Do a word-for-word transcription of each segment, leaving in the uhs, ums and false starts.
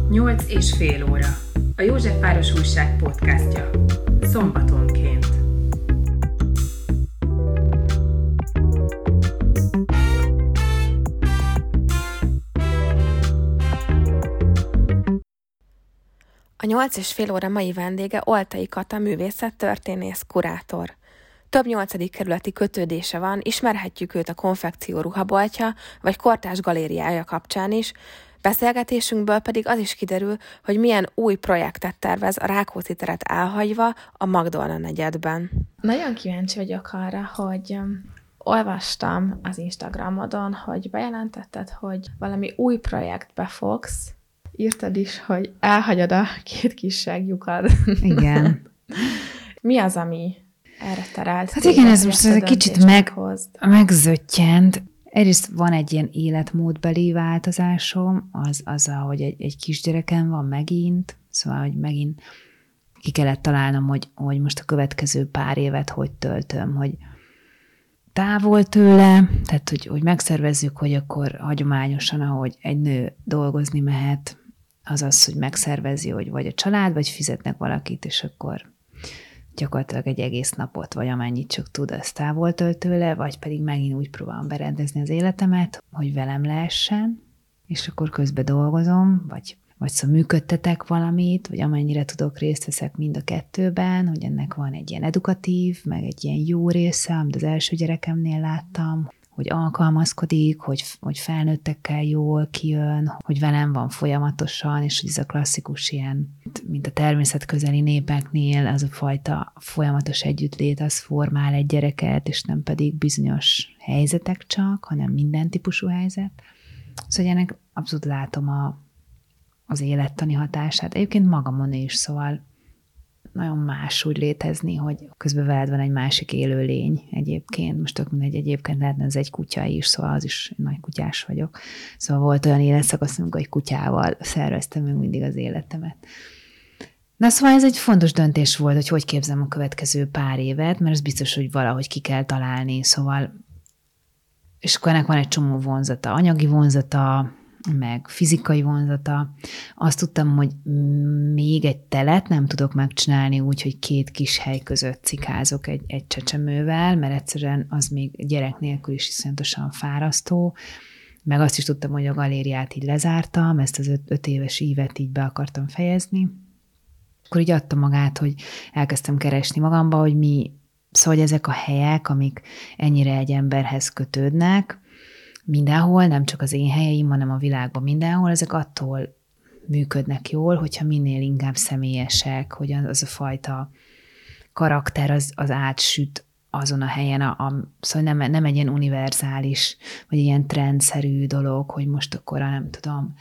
Nyolc és fél óra. A Józsefváros Újság podcastja. Szombatonként. A nyolc és fél óra mai vendége Oltai Kata művészettörténész, kurátor. Több nyolcadik kerületi kötődése van, ismerhetjük őt a konfekció ruhaboltja vagy kortárs galériája kapcsán is, beszélgetésünkből pedig az is kiderül, hogy milyen új projektet tervez a Rákóczi teret elhagyva a Magdolna negyedben. Nagyon kíváncsi vagyok arra, hogy olvastam az Instagramodon, hogy bejelentetted, hogy valami új projektbe fogsz. Írtad is, hogy elhagyod a két kisság lyukad. Igen. Mi az, ami erre terelt? Hát igen, ez most egy kicsit meg, megzöttyent. Egyrészt van egy ilyen életmódbeli változásom, az, az hogy egy, egy kisgyerekem van megint, szóval, hogy megint ki kellett találnom, hogy, hogy most a következő pár évet hogy töltöm, hogy távol tőle, tehát hogy, hogy megszervezzük, hogy akkor hagyományosan, ahogy egy nő dolgozni mehet, az az, hogy megszervezi, hogy vagy a család, vagy fizetnek valakit, és akkor gyakorlatilag egy egész napot, vagy amennyit csak tud, azt távol tölt tőle, vagy pedig megint úgy próbálom berendezni az életemet, hogy velem lehessen, és akkor közben dolgozom, vagy, vagy szóval működtetek valamit, vagy amennyire tudok, részt veszek mind a kettőben, hogy ennek van egy ilyen edukatív, meg egy ilyen jó része, amit az első gyerekemnél láttam, hogy alkalmazkodik, hogy, hogy felnőttekkel jól kijön, hogy velem van folyamatosan, és hogy ez a klasszikus ilyen, mint a természetközeli népeknél, az a fajta folyamatos együttlét, az formál egy gyereket, és nem pedig bizonyos helyzetek csak, hanem minden típusú helyzet. Szóval ennek abszolút látom a, az élettani hatását. Egyébként magamon is, szóval nagyon más úgy létezni, hogy közben veled van egy másik élőlény egyébként. Most tök mindegy, egyébként lehetne ez egy kutya is, szóval az is nagy kutyás vagyok. Szóval volt olyan életszakasz, amikor egy kutyával szerveztem meg mindig az életemet. Na szóval ez egy fontos döntés volt, hogy hogy képzelem a következő pár évet, mert az biztos, hogy valahogy ki kell találni, szóval és akkor ennek van egy csomó vonzata, anyagi vonzata, meg fizikai vonzata. Azt tudtam, hogy még egy telet nem tudok megcsinálni úgy, hogy két kis hely között cikázok egy, egy csecsemővel, mert egyszerűen az még gyerek nélkül is iszonyatosan fárasztó. Meg azt is tudtam, hogy a galériát így lezártam, ezt az öt, öt éves ívet így be akartam fejezni. Akkor így adta magát, hogy elkezdtem keresni magamba, hogy mi, szóval hogy ezek a helyek, amik ennyire egy emberhez kötődnek, mindenhol, nem csak az én helyeim, hanem a világban mindenhol, ezek attól működnek jól, hogyha minél inkább személyesek, hogy az a fajta karakter az, az átsüt azon a helyen, a, a, szóval nem, nem egy ilyen univerzális, vagy ilyen trendszerű dolog, hogy most akkor, nem tudom,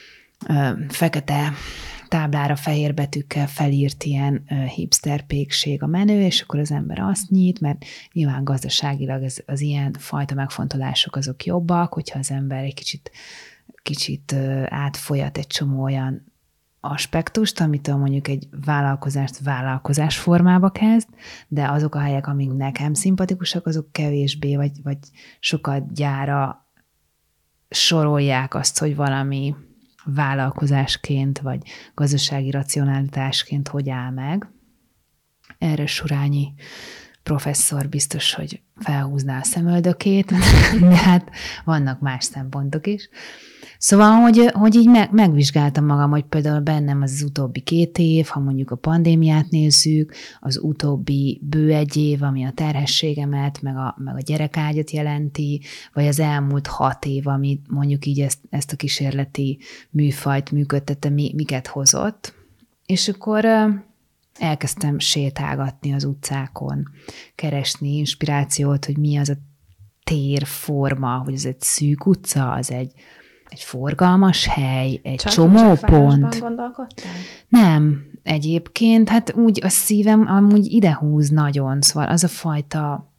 ö, fekete táblára fehér betűkkel felírt ilyen ö, hipster pékség a menő, és akkor az ember azt nyit, mert nyilván gazdaságilag ez, az ilyen fajta megfontolások azok jobbak, hogyha az ember egy kicsit, kicsit ö, átfolyat egy csomó olyan aspektust, amitől mondjuk egy vállalkozást vállalkozás formába kezd, de azok a helyek, amik nekem szimpatikusak, azok kevésbé, vagy, vagy sokat gyára sorolják azt, hogy valami vállalkozásként, vagy gazdasági racionalitásként hogy áll meg. Erre Surányi professzor biztos, hogy felhúzná a szemöldökét, de hát vannak más szempontok is. Szóval, hogy, hogy így meg, megvizsgáltam magam, hogy például bennem az, az utóbbi két év, ha mondjuk a pandémiát nézzük, az utóbbi bő egy év, ami a terhességemet, meg a, meg a gyerekágyat jelenti, vagy az elmúlt hat év, ami mondjuk így ezt, ezt a kísérleti műfajt működtette, mi, miket hozott. És akkor elkezdtem sétálgatni az utcákon, keresni inspirációt, hogy mi az a térforma, hogy ez egy szűk utca, az egy egy forgalmas hely, egy csak csomópont. Nem, egyébként, hát úgy a szívem amúgy idehúz nagyon, szóval az a fajta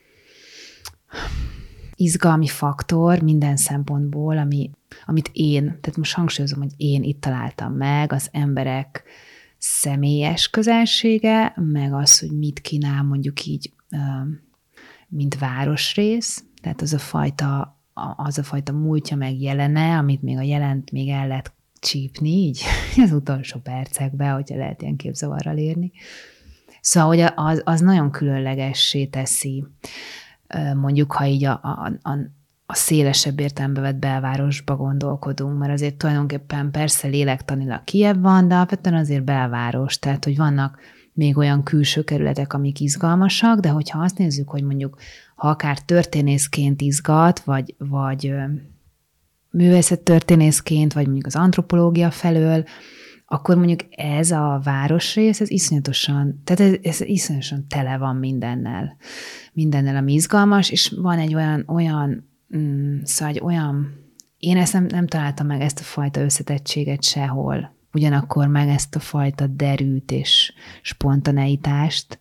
izgalmi faktor minden szempontból, ami, amit én, tehát most hangsúlyozom, hogy én itt találtam meg, az emberek személyes közelsége, meg az, hogy mit kínál mondjuk így, mint városrész, tehát az a fajta az a fajta múltja meg jelene, amit még a jelent még el lehet csípni így az utolsó percekben, hogyha lehet ilyen képzavarral érni. Szóval, hogy az, az nagyon különlegessé teszi, mondjuk, ha így a, a, a, a szélesebb értelembe vett belvárosba gondolkodunk, mert azért tulajdonképpen persze lélektanilag Kijev van, de alapvetően azért belváros, tehát, hogy vannak még olyan külső kerületek, amik izgalmasak, de hogyha azt nézzük, hogy mondjuk, ha akár történészként izgat, vagy, vagy művészettörténészként, vagy mondjuk az antropológia felől, akkor mondjuk ez a városrész, ez iszonyatosan, tehát ez, ez iszonyatosan tele van mindennel. Mindennel, ami izgalmas, és van egy olyan, olyan mm, szóval egy olyan, én ezt nem, nem találtam meg ezt a fajta összetettséget sehol, ugyanakkor meg ezt a fajta derűt és spontaneitást.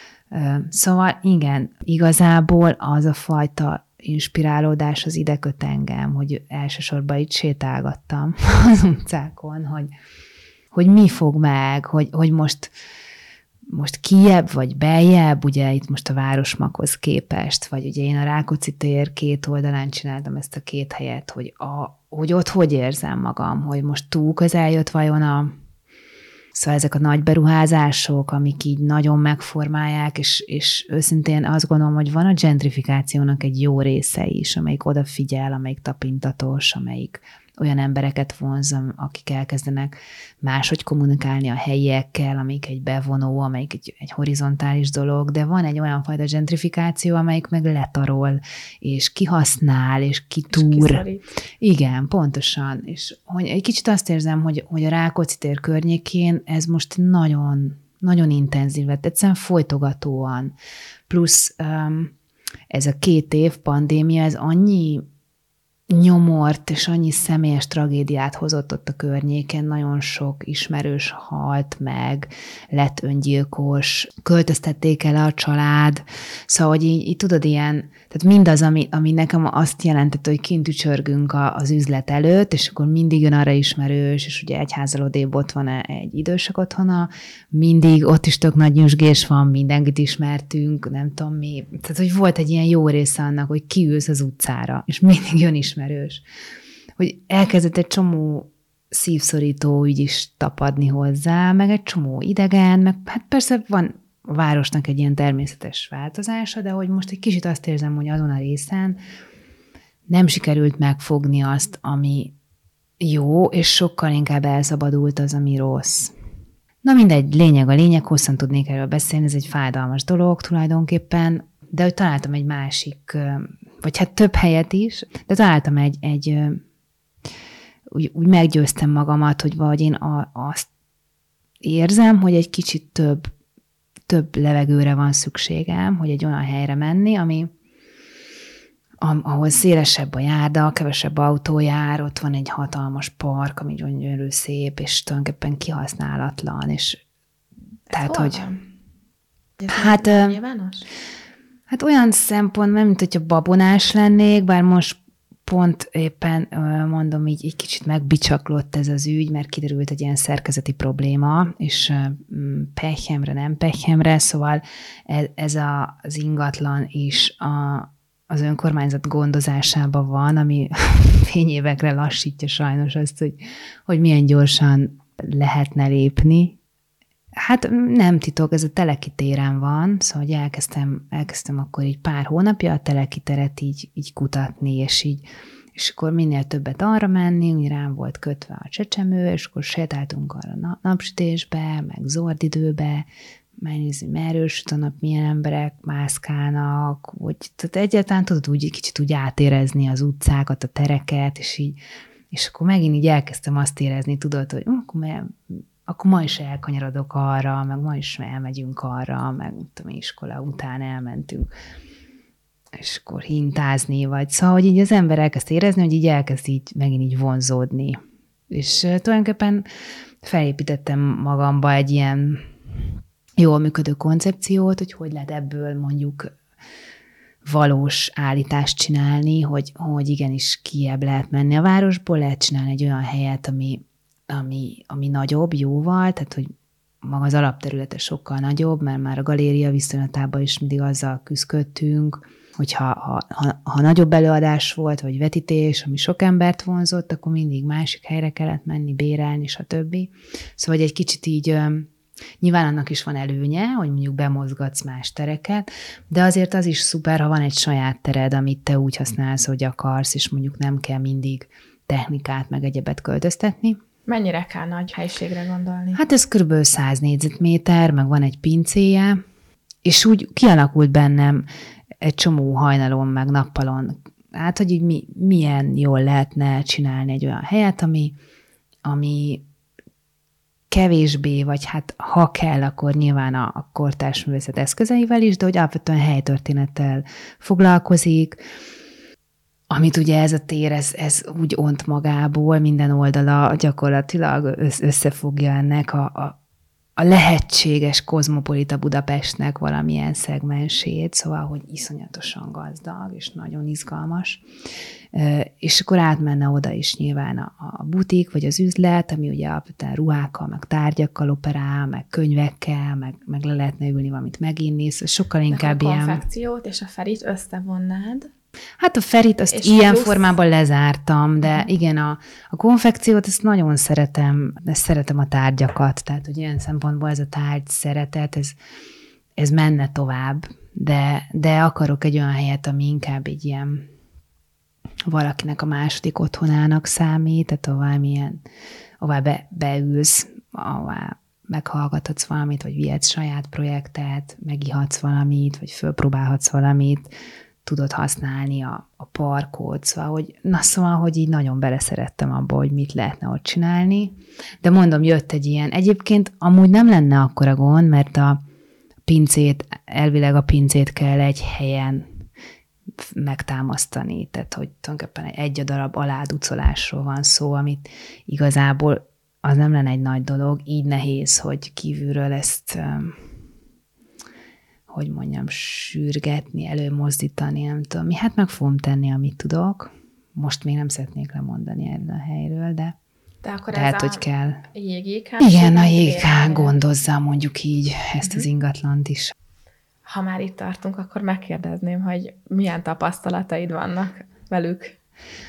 Szóval igen, igazából az a fajta inspirálódás az ide köt engem, hogy elsősorban itt sétálgattam az utcákon, hogy, hogy mi fog meg, hogy, hogy most, most kijebb vagy beljebb, ugye itt most a Városmaghoz képest, vagy ugye én a Rákóczi tér két oldalán csináltam ezt a két helyet, hogy, a, hogy ott hogy érzem magam, hogy most túl közel jött vajon a Szóval ezek a nagy beruházások, amik így nagyon megformálják, és, és őszintén azt gondolom, hogy van a gentrifikációnak egy jó része is, amelyik odafigyel, amelyik tapintatos, amelyik olyan embereket vonz, akik elkezdenek máshogy kommunikálni a helyiekkel, amelyik egy bevonó, amelyik egy, egy horizontális dolog, de van egy olyan fajta gentrifikáció, amelyik meg letarol, és kihasznál, és kitúr. És igen, pontosan. És hogy egy kicsit azt érzem, hogy, hogy a Rákóczi tér környékén ez most nagyon, nagyon intenzív lett, egyszerűen folytogatóan. Plusz um, ez a két év pandémia, ez annyi nyomort és annyi személyes tragédiát hozott ott a környéken, nagyon sok ismerős halt meg, lett öngyilkos, költöztették el a család, szóval, hogy így, így tudod, ilyen, tehát mindaz, ami, ami nekem azt jelentett, hogy kint ücsörgünk a, az üzlet előtt, és akkor mindig jön arra ismerős, és ugye egy házzal odébb ott van egy idősek otthona, mindig ott is tök nagy nyüzsgés van, mindenkit ismertünk, nem tudom mi, tehát hogy volt egy ilyen jó része annak, hogy kiülsz az utcára, és mindig jön ismerős. Ismerős. Hogy elkezdett egy csomó szívszorító ügy is tapadni hozzá, meg egy csomó idegen, meg hát persze van a városnak egy ilyen természetes változása, de hogy most egy kicsit azt érzem, hogy azon a részen nem sikerült megfogni azt, ami jó, és sokkal inkább elszabadult az, ami rossz. Na mindegy, lényeg a lényeg, hosszan tudnék erről beszélni, ez egy fájdalmas dolog tulajdonképpen, de hogy találtam egy másik, vagy hát több helyet is, de találtam egy, egy úgy, úgy meggyőztem magamat, hogy vagy én a, azt érzem, hogy egy kicsit több, több levegőre van szükségem, hogy egy olyan helyre menni, ami, ahol szélesebb a járda, kevesebb autó jár, ott van egy hatalmas park, ami gyönyörű szép, és tulajdonképpen kihasználatlan, és tehát, hogy... Hát... Nyilvános? Hát olyan szempont, nem, mint hogyha babonás lennék, bár most pont éppen mondom, így egy kicsit megbicsaklott ez az ügy, mert kiderült egy ilyen szerkezeti probléma, és pehemre, nem pehemre, szóval ez, ez a, az ingatlan is a, az önkormányzat gondozásában van, ami fényévekre lassítja sajnos azt, hogy, hogy milyen gyorsan lehetne lépni. Hát nem titok, ez a Teleki téren van, szóval hogy elkezdtem, elkezdtem akkor így pár hónapja a Teleki teret így, így kutatni, és így, és akkor minél többet arra menni, úgy rám volt kötve a csecsemő, és akkor sétáltunk arra napsütésbe, meg zordidőbe, megnézni, merről süt a nap, milyen emberek mászkálnak, hogy tehát egyáltalán tudod úgy kicsit úgy átérezni az utcákat, a tereket, és így, és akkor megint így elkezdtem azt érezni, tudod, hogy akkor mert akkor ma is elkanyarodok arra, meg ma is elmegyünk arra, meg tudom, iskola után elmentünk, és akkor hintázni, vagy szóval, hogy így az ember elkezd érezni, hogy így elkezd így megint így vonzódni. És tulajdonképpen felépítettem magamba egy ilyen jól működő koncepciót, hogy hogy lehet ebből mondjuk valós állítást csinálni, hogy, hogy igenis kijebb lehet menni a városból, lehet csinálni egy olyan helyet, ami Ami, ami nagyobb, jóval, tehát hogy maga az alapterülete sokkal nagyobb, mert már a galéria viszonylatában is mindig azzal küzdködtünk, hogyha ha, ha, ha nagyobb előadás volt, vagy vetítés, ami sok embert vonzott, akkor mindig másik helyre kellett menni, bérelni, stb. Szóval egy kicsit így, nyilván annak is van előnye, hogy mondjuk bemozgatsz más tereket, de azért az is szuper, ha van egy saját tered, amit te úgy használsz, hogy akarsz, és mondjuk nem kell mindig technikát, meg egyebet költöztetni. Mennyire kell nagy helyiségre gondolni? Hát ez körülbelül száz négyzetméter, meg van egy pincéje, és úgy kialakult bennem egy csomó hajnalon, meg nappalon, hát, hogy így mi, milyen jól lehetne csinálni egy olyan helyet, ami, ami kevésbé, vagy hát ha kell, akkor nyilván a, a kortárs művészet eszközeivel is, de hogy alapvetően helytörténettel foglalkozik, amit ugye ez a tér, ez, ez úgy ont magából, minden oldala gyakorlatilag összefogja ennek a, a, a lehetséges kozmopolita Budapestnek valamilyen szegmensét, szóval, hogy iszonyatosan gazdag, és nagyon izgalmas. És akkor átmenne oda is nyilván a, a butik, vagy az üzlet, ami ugye alapvetően ruhákkal, meg tárgyakkal operál, meg könyvekkel, meg, meg le lehetne ülni valamit meginni, szóval sokkal inkább ilyen... A konfekciót és a Ferit összevonnád. Hát a Ferit azt és ilyen plusz... formában lezártam, de uh-huh. igen, a, a konfekciót ezt nagyon szeretem, ezt szeretem a tárgyakat, tehát hogy ilyen szempontból ez a tárgy szeretet, ez, ez menne tovább, de, de akarok egy olyan helyet, ami inkább egy ilyen valakinek a második otthonának számít, tehát ahová milyen, ahová be, beülsz, ahová meghallgathatsz valamit, vagy vihetsz saját projektet, megihatsz valamit, vagy fölpróbálhatsz valamit, tudod használni a, a parkot, szóval, hogy, na szóval, hogy így nagyon beleszerettem abba, hogy mit lehetne ott csinálni, de mondom, jött egy ilyen, egyébként amúgy nem lenne akkora gond, mert a pincét, elvileg a pincét kell egy helyen megtámasztani, tehát, hogy tulajdonképpen egy darab aláducolásról van szó, amit igazából az nem lenne egy nagy dolog, így nehéz, hogy kívülről ezt... hogy mondjam, sürgetni, előmozdítani, nem tudom mi. Hát meg fogom tenni, amit tudok. Most még nem szeretnék lemondani erről a helyről, de, de akkor de ez hát, a hogy kell. jé gé ká? Igen, a jé gé ká gondozza mondjuk így ezt uh-huh. az ingatlant is. Ha már itt tartunk, akkor megkérdezném, hogy milyen tapasztalataid vannak velük?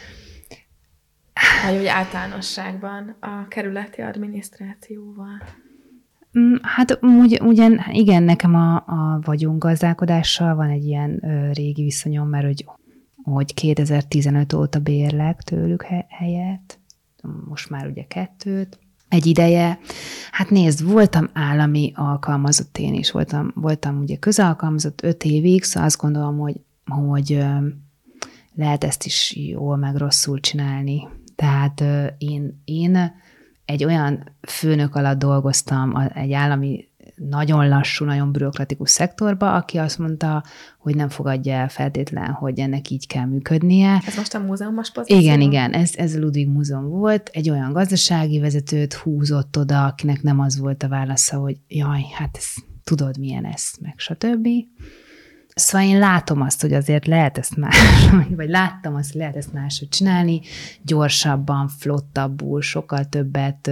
Vagy úgy általánosságban a kerületi adminisztrációval? Hát ugy, ugyan, igen, nekem a, a vagyongazdálkodással van egy ilyen ö, régi viszonyom, mert hogy, hogy kétezer-tizenöt óta bérlek tőlük helyet, most már ugye kettőt, egy ideje. Hát nézd, voltam állami alkalmazott én is, voltam, voltam ugye közalkalmazott öt évig, szóval azt gondolom, hogy, hogy ö, lehet ezt is jól meg rosszul csinálni. Tehát ö, én, én egy olyan főnök alatt dolgoztam egy állami, nagyon lassú, nagyon bürokratikus szektorba, aki azt mondta, hogy nem fogadja el feltétlen, hogy ennek így kell működnie. Ez most a múzeumos pozíció? Igen, igen, ez, ez a Ludwig Múzeum volt. Egy olyan gazdasági vezetőt húzott oda, akinek nem az volt a válasza, hogy jaj, hát ez, tudod milyen ez, meg stb. Szóval én látom azt, hogy azért lehet ezt más, vagy láttam azt, hogy lehet ezt máshogy csinálni, gyorsabban, flottabbul, sokkal többet,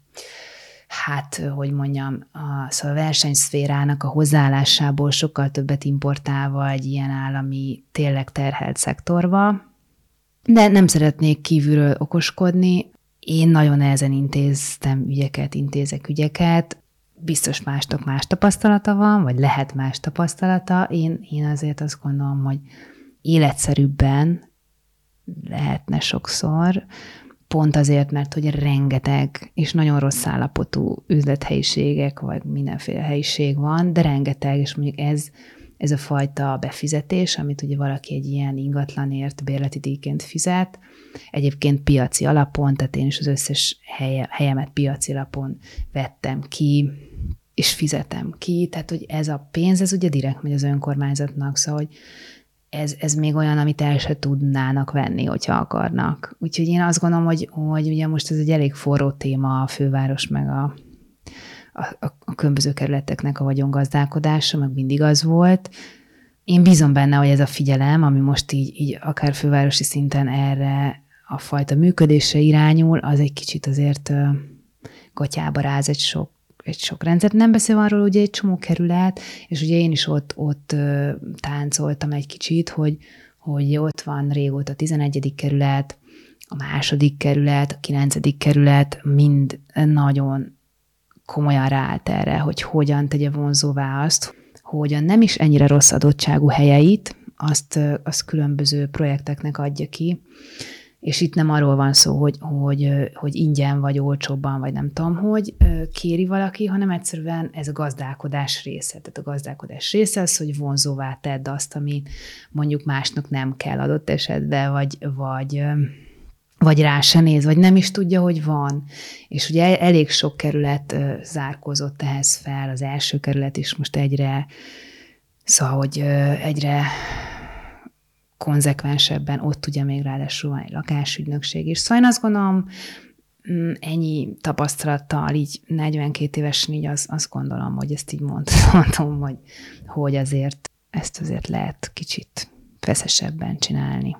hát, hogy mondjam, a, szóval a versenyszférának a hozzáállásából sokkal többet importálva egy ilyen állami, tényleg terhelt szektorba. De nem szeretnék kívülről okoskodni. Én nagyon nehezen intéztem ügyeket, intézek ügyeket, biztos mástok más tapasztalata van, vagy lehet más tapasztalata. Én, én azért azt gondolom, hogy életszerűbben lehetne sokszor, pont azért, mert hogy rengeteg és nagyon rossz állapotú üzlethelyiségek, vagy mindenféle helyiség van, de rengeteg, és mondjuk ez, ez a fajta befizetés, amit ugye valaki egy ilyen ingatlanért bérleti díjként fizet, egyébként piaci alapon, tehát én is az összes helye, helyemet piaci alapon vettem ki, és fizetem ki, tehát hogy ez a pénz, ez ugye direkt megy az önkormányzatnak, szóval hogy ez, ez még olyan, amit el se tudnának venni, hogyha akarnak. Úgyhogy én azt gondolom, hogy, hogy ugye most ez egy elég forró téma a főváros, meg a, a, a különböző kerületeknek a vagyongazdálkodása, meg mindig az volt. Én bízom benne, hogy ez a figyelem, ami most így, így akár fővárosi szinten erre a fajta működésre irányul, az egy kicsit azért gatyába ráz egy sok, egy sok rendszer. Nem beszél arról, ugye egy csomó kerület, és ugye én is ott, ott táncoltam egy kicsit, hogy, hogy ott van régóta a tizenegyedik kerület, a második kerület, a kilencedik kerület, mind nagyon komolyan ráállt erre, hogy hogyan tegye vonzóvá azt, hogy a nem is ennyire rossz adottságú helyeit, azt, azt különböző projekteknek adja ki, és itt nem arról van szó, hogy, hogy, hogy ingyen vagy olcsóbban, vagy nem tudom, hogy kéri valaki, hanem egyszerűen ez a gazdálkodás része. Tehát a gazdálkodás része az, hogy vonzóvá tedd azt, ami mondjuk másnak nem kell adott esetben, vagy, vagy, vagy rá se néz, vagy nem is tudja, hogy van. És ugye elég sok kerület zárkózott ehhez fel, az első kerület is most egyre, szóval, hogy egyre konzekvensebben, ott ugye még ráadásul van egy lakásügynökség is. Szóval én azt gondolom, ennyi tapasztalattal, így negyvenkét évesen így az, azt gondolom, hogy ezt így mondhatom, hogy, hogy azért ezt azért lehet kicsit feszesebben csinálni.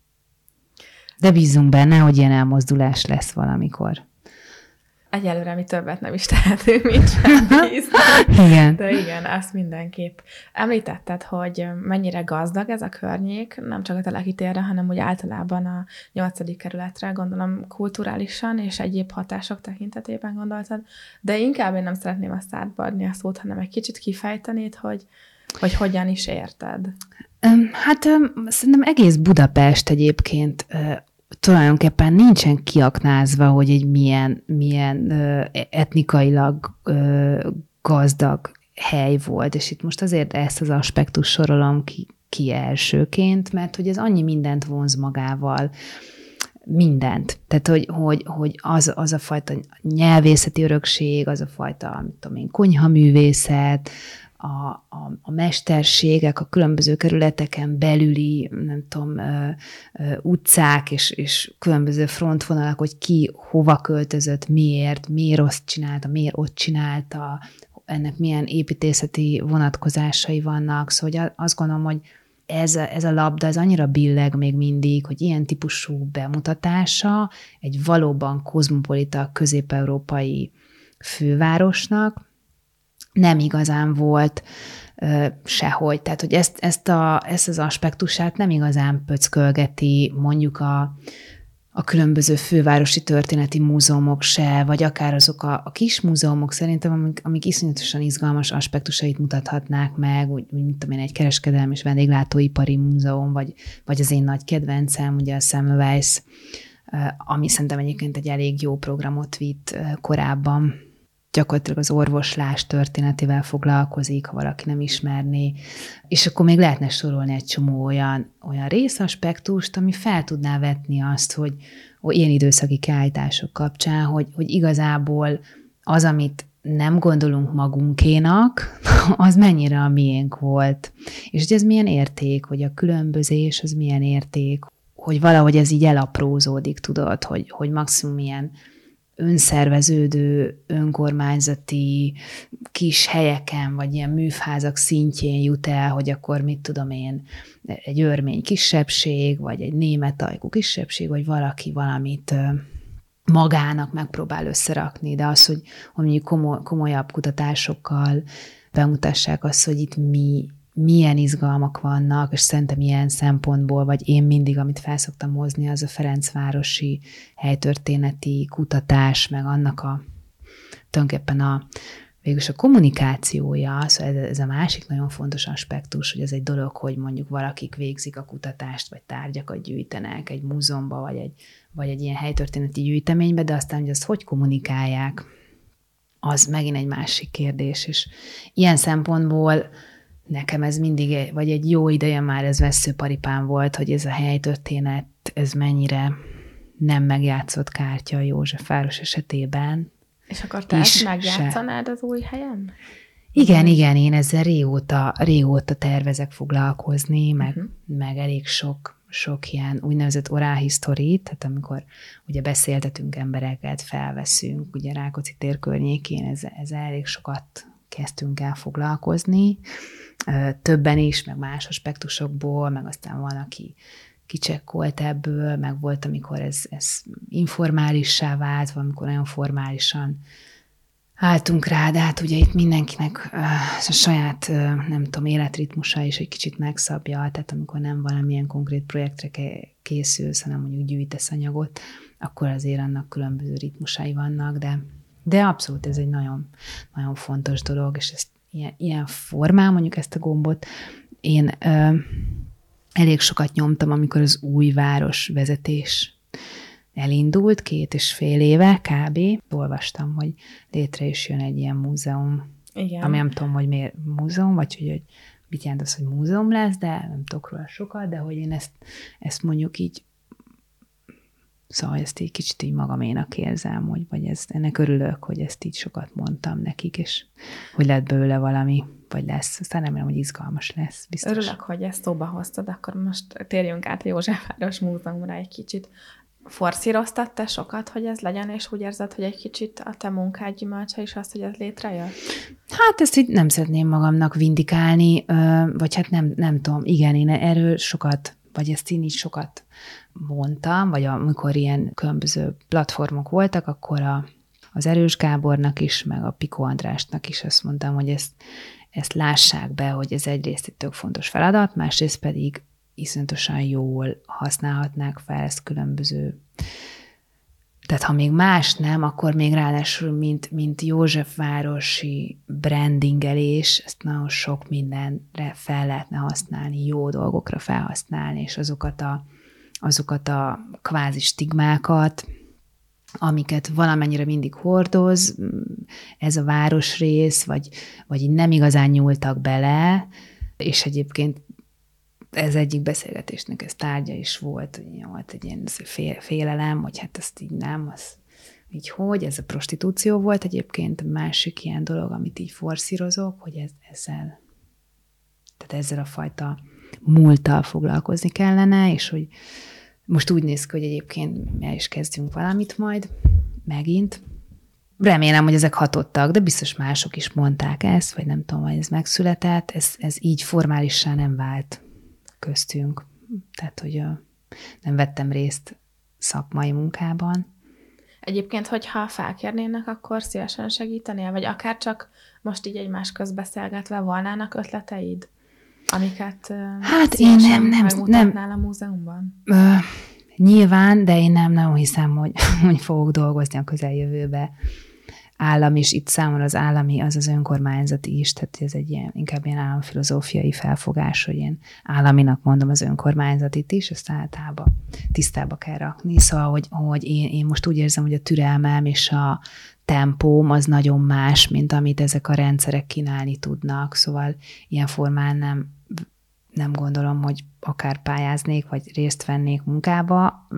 De bízunk benne, hogy ilyen elmozdulás lesz valamikor. Egyelőre mi többet nem is tehetünk, mint sem bízni. Igen. De igen, azt mindenképp. Említetted, hogy mennyire gazdag ez a környék, nem csak a Teleki-térre, hanem úgy általában a nyolcadik kerületre, gondolom kulturálisan és egyéb hatások tekintetében gondoltad, de inkább én nem szeretném azt átadni a szót, hanem egy kicsit kifejtenéd, hogy, hogy hogyan is érted. Hát szerintem egész Budapest egyébként tulajdonképpen nincsen kiaknázva, hogy egy milyen, milyen ö, etnikailag ö, gazdag hely volt, és itt most azért ezt az aspektus sorolom ki, ki elsőként, mert hogy ez annyi mindent vonz magával, mindent. Tehát, hogy, hogy, hogy az, az a fajta nyelvészeti örökség, az a fajta, mit tudom én, konyhaművészet, A, a, a mesterségek, a különböző kerületeken belüli, nem tudom, ö, ö, utcák és, és különböző frontvonalak, hogy ki hova költözött, miért, miért azt csinálta, miért ott csinálta, ennek milyen építészeti vonatkozásai vannak. Szóval azt gondolom, hogy ez a, ez a labda, ez annyira billeg még mindig, hogy ilyen típusú bemutatása egy valóban kozmopolita közép-európai fővárosnak nem igazán volt ö, sehogy. Tehát, hogy ezt, ezt, a, ezt az aspektusát nem igazán pöckölgeti mondjuk a, a különböző fővárosi történeti múzeumok se, vagy akár azok a, a kis múzeumok szerintem, amik, amik iszonyatosan izgalmas aspektusait mutathatnák meg, úgy, úgy mint amilyen egy kereskedelmi és vendéglátóipari múzeum, vagy, vagy az én nagy kedvencem, ugye a Semmelweis, ami szerintem egyébként egy elég jó programot vitt korábban, gyakorlatilag az orvoslás történetével foglalkozik, ha valaki nem ismerné, és akkor még lehetne sorolni egy csomó olyan, olyan részaspektust, ami fel tudná vetni azt, hogy, hogy ilyen időszaki kiállítások kapcsán, hogy, hogy igazából az, amit nem gondolunk magunkénak, az mennyire a miénk volt. És hogy ez milyen érték, hogy a különbözés az milyen érték, hogy valahogy ez így elaprózódik, tudod, hogy, hogy maximum ilyen önszerveződő, önkormányzati kis helyeken, vagy ilyen műfházak szintjén jut el, hogy akkor mit tudom én, egy örmény kisebbség, vagy egy német ajkú kisebbség, vagy valaki valamit magának megpróbál összerakni, de az, hogy, hogy mondjuk komoly, komolyabb kutatásokkal bemutassák azt, hogy itt mi, milyen izgalmak vannak, és szerintem ilyen szempontból, vagy én mindig, amit felszoktam hozni, az a ferencvárosi helytörténeti kutatás, meg annak a tulajdonképpen a végülis a kommunikációja, szóval ez, ez a másik nagyon fontos aspektus, hogy ez egy dolog, hogy mondjuk valakik végzik a kutatást, vagy tárgyakat gyűjtenek egy múzeumban, vagy egy, vagy egy ilyen helytörténeti gyűjteménybe, de aztán, hogy azt hogy kommunikálják, az megint egy másik kérdés, és ilyen szempontból nekem ez mindig, vagy egy jó ideje már ez vesszőparipám volt, hogy ez a helytörténet, ez mennyire nem megjátszott kártya a Józsefváros esetében. És akkor te ezt megjátszanád az új helyen? Igen, az igen, én ezzel régóta, régóta tervezek foglalkozni, meg, uh-huh. meg elég sok, sok ilyen úgynevezett oral history, tehát amikor ugye beszéltetünk embereket, felveszünk, ugye Rákóczi tér környékén, ez, ez elég sokat kezdtünk el foglalkozni, többen is, meg más aspektusokból, meg aztán van, aki kicsekkolt ebből, meg volt, amikor ez, ez informálissá vált, valamikor nagyon formálisan álltunk rá, de hát ugye itt mindenkinek uh, a saját, uh, nem tudom, életritmusa is egy kicsit megszabja, tehát amikor nem valamilyen konkrét projektre készülsz, hanem mondjuk gyűjtesz anyagot, akkor azért annak különböző ritmusai vannak, de, de abszolút ez egy nagyon, nagyon fontos dolog, és ezt ilyen, ilyen formán, mondjuk ezt a gombot, én uh, elég sokat nyomtam, amikor az új városvezetés elindult, két és fél éve kb. Olvastam, hogy létre is jön egy ilyen múzeum. Igen. Ami nem tudom, hogy miért múzeum, vagy hogy, hogy mit jelent az, hogy múzeum lesz, de nem tudok róla sokat, de hogy én ezt, ezt mondjuk így, szóval ezt így kicsit így magaménak érzem, hogy, vagy ez, ennek örülök, hogy ezt így sokat mondtam nekik, és hogy lett belőle valami, vagy lesz. Aztán remélem, hogy izgalmas lesz, biztos. Örülök, hogy ezt szóba hoztad, akkor most térjünk át a Józsefváros Múzeumra egy kicsit. Forszíroztad te sokat, hogy ez legyen, és úgy érzed, hogy egy kicsit a te munkád gyümölcse is az, hogy ez létrejött? Hát ezt így nem szeretném magamnak vindikálni, vagy hát nem, nem tudom, igen, én erről sokat, vagy ezt én így sokat mondtam, vagy amikor ilyen különböző platformok voltak, akkor a, az Erős Gábornak is, meg a Piko Andrásnak is azt mondtam, hogy ezt, ezt lássák be, hogy ez egyrészt egy tök fontos feladat, másrészt pedig iszonyatosan jól használhatnák fel ezt különböző. Tehát ha még más nem, akkor még ráadásul, mint, mint Józsefvárosi brandingelés, ezt nagyon sok mindenre fel lehetne használni, jó dolgokra felhasználni, és azokat a, azokat a kvázi stigmákat, amiket valamennyire mindig hordoz, ez a városrész, vagy, vagy így nem igazán nyúltak bele, és egyébként ez egyik beszélgetésnek ez tárgya is volt, hogy volt egy ilyen félelem, hogy hát ezt így nem, az így hogy, ez a prostitúció volt egyébként, a másik ilyen dolog, amit így forszírozok, hogy ez, ezzel, tehát ezzel a fajta múlttal foglalkozni kellene, és hogy most úgy néz ki, hogy egyébként el is kezdjünk valamit majd, megint. Remélem, hogy ezek hatottak, de biztos mások is mondták ezt, vagy nem tudom, hogy ez megszületett, ez, ez így formálisan nem vált köztünk. Tehát, hogy nem vettem részt szakmai munkában. Egyébként, hogyha felkérnének, akkor szívesen segítenél? Vagy akár csak most így egymás közbeszélgetve volnának ötleteid, amiket hát én nem, nem, megmutatnál a múzeumban? Ö, nyilván, de én nem nagyon hiszem, hogy, hogy fogok dolgozni a közeljövőbe. Állam is, itt számomra az állami, az az önkormányzati is, tehát ez egy ilyen, inkább ilyen államfilozófiai felfogás, hogy én államinak mondom az önkormányzatit is, ezt általában tisztába kell rakni. Szóval, hogy, hogy én, én most úgy érzem, hogy a türelmem és a tempóm az nagyon más, mint amit ezek a rendszerek kínálni tudnak. Szóval ilyen formán nem, nem gondolom, hogy akár pályáznék, vagy részt vennék munkába.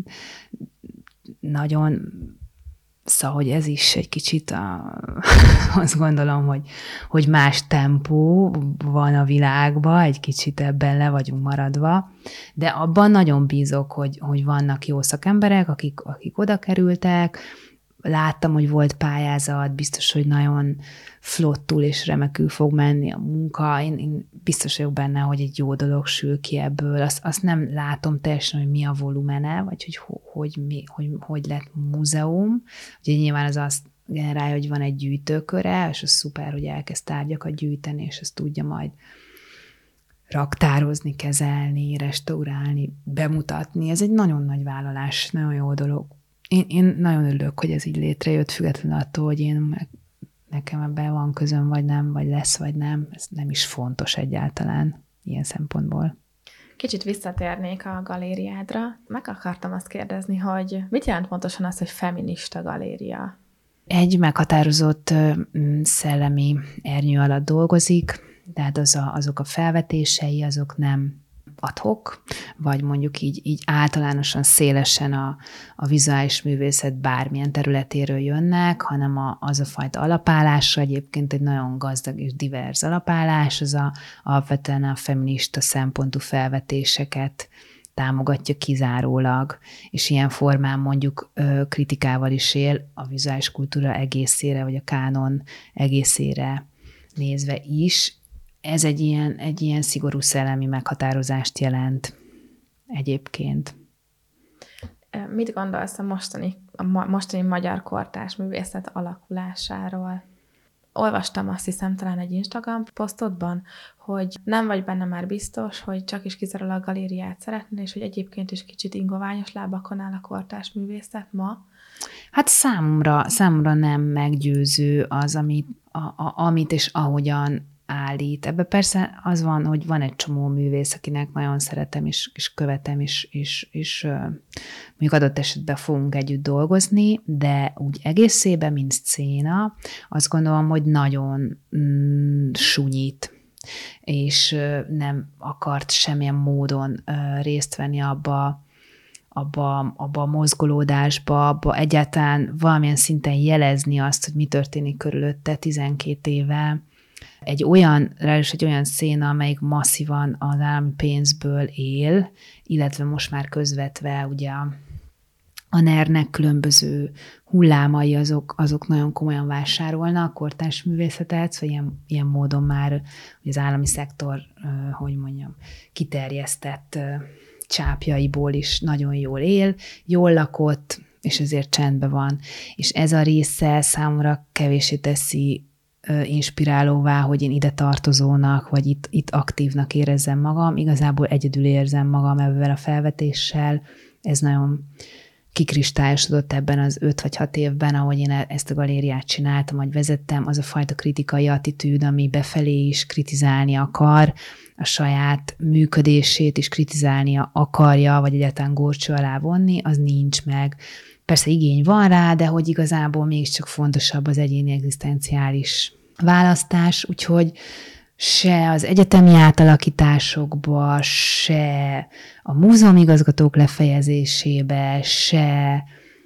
Nagyon... Szóval, hogy ez is egy kicsit a, azt gondolom, hogy, hogy más tempó van a világban, egy kicsit ebben le vagyunk maradva, de abban nagyon bízok, hogy, hogy vannak jó szakemberek, akik, akik oda kerültek. Láttam, hogy volt pályázat, biztos, hogy nagyon flottul és remekül fog menni a munka. Én, én biztos vagyok benne, hogy egy jó dolog sül ki ebből. Azt, azt nem látom teljesen, hogy mi a volumene, vagy hogy hogy, hogy, mi, hogy, hogy lett múzeum. Ugye nyilván az azt generálja, hogy van egy gyűjtőköre, és az szuper, hogy elkezd tárgyakat gyűjteni, és ezt tudja majd raktározni, kezelni, restaurálni, bemutatni. Ez egy nagyon nagy vállalás, nagyon jó dolog. Én, én nagyon örülök, hogy ez így létrejött, függetlenül attól, hogy én meg, nekem ebben van közöm, vagy nem, vagy lesz, vagy nem. Ez nem is fontos egyáltalán ilyen szempontból. Kicsit visszatérnék a galériádra. Meg akartam azt kérdezni, hogy mit jelent pontosan az, hogy feminista galéria? Egy meghatározott szellemi ernyő alatt dolgozik, tehát az a, azok a felvetései, azok nem ad-hoc, vagy mondjuk így, így általánosan szélesen a, a vizuális művészet bármilyen területéről jönnek, hanem a, az a fajta alapállásra, egyébként egy nagyon gazdag és divers alapállás, az a, alapvetően a feminista szempontú felvetéseket támogatja kizárólag, és ilyen formán mondjuk ö, kritikával is él a vizuális kultúra egészére, vagy a kánon egészére nézve is. Ez egy ilyen, egy ilyen szigorú szellemi meghatározást jelent egyébként. Mit gondolsz a mostani, a mostani magyar kortárs művészet alakulásáról? Olvastam azt hiszem talán egy Instagram posztodban, hogy nem vagy benne már biztos, hogy csak is kizárólag galériát szeretnél, és hogy egyébként is kicsit ingoványos lábakon áll a kortárs művészet ma. Hát számomra, számomra nem meggyőző az, amit, a, a, amit és ahogyan állít. Ebben persze az van, hogy van egy csomó művész, akinek nagyon szeretem, és, és követem, és, és, és mondjuk adott esetben fogunk együtt dolgozni, de úgy egészében, mint szcéna, azt gondolom, hogy nagyon mm, sunyít, és nem akart semmilyen módon részt venni abba, abba, abba a mozgolódásba, abba egyáltalán valamilyen szinten jelezni azt, hogy mi történik körülötte tizenkét éve. Egy olyan, ráadásul egy olyan széna, amelyik masszívan az állami pénzből él, illetve most már közvetve ugye a, a NER-nek különböző hullámai, azok, azok nagyon komolyan vásárolnak kortárs művészetet, szóval ilyen, ilyen módon már az állami szektor, hogy mondjam, kiterjesztett csápjaiból is nagyon jól él, jól lakott, és ezért csendben van. És ez a része számomra kevéssé teszi inspirálóvá, hogy én ide tartozónak, vagy itt, itt aktívnak érezzem magam. Igazából egyedül érzem magam ebben a felvetéssel. Ez nagyon kikristályosodott ebben az öt vagy hat évben, ahogy én ezt a galériát csináltam, vagy vezettem, az a fajta kritikai attitűd, ami befelé is kritizálni akar, a saját működését is kritizálnia akarja, vagy egyáltalán górcső alá vonni, az nincs meg. Persze igény van rá, de hogy igazából mégiscsak fontosabb az egyéni egzisztenciális választás, úgyhogy se az egyetemi átalakításokba, se a múzeumigazgatók lefejezésébe, se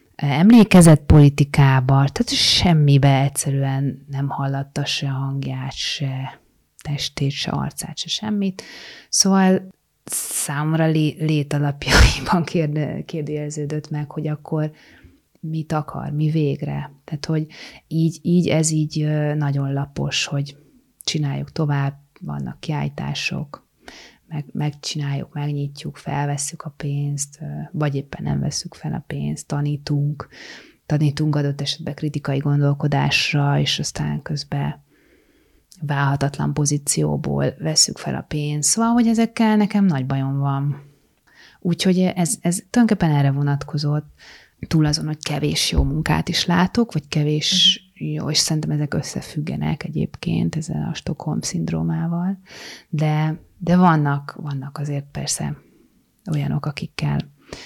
emlékezetpolitikába, tehát semmibe egyszerűen nem hallatta se hangját, se testét, se arcát, se semmit. Szóval számomra lé, létalapjaiban kérde, kérdeződött meg, hogy akkor mit akar, mi végre. Tehát, hogy így, így ez így nagyon lapos, hogy csináljuk tovább, vannak kiállítások, meg, megcsináljuk, megnyitjuk, felvesszük a pénzt, vagy éppen nem vesszük fel a pénzt, tanítunk, tanítunk adott esetben kritikai gondolkodásra, és aztán közben válhatatlan pozícióból vesszük fel a pénzt. Szóval, hogy ezekkel nekem nagy bajom van. Úgyhogy ez, ez tulajdonképpen erre vonatkozott, túl azon, hogy kevés jó munkát is látok, vagy kevés jó, és szerintem ezek összefüggenek egyébként ezzel a Stockholm-szindrómával, de, de vannak, vannak azért persze olyanok, akikkel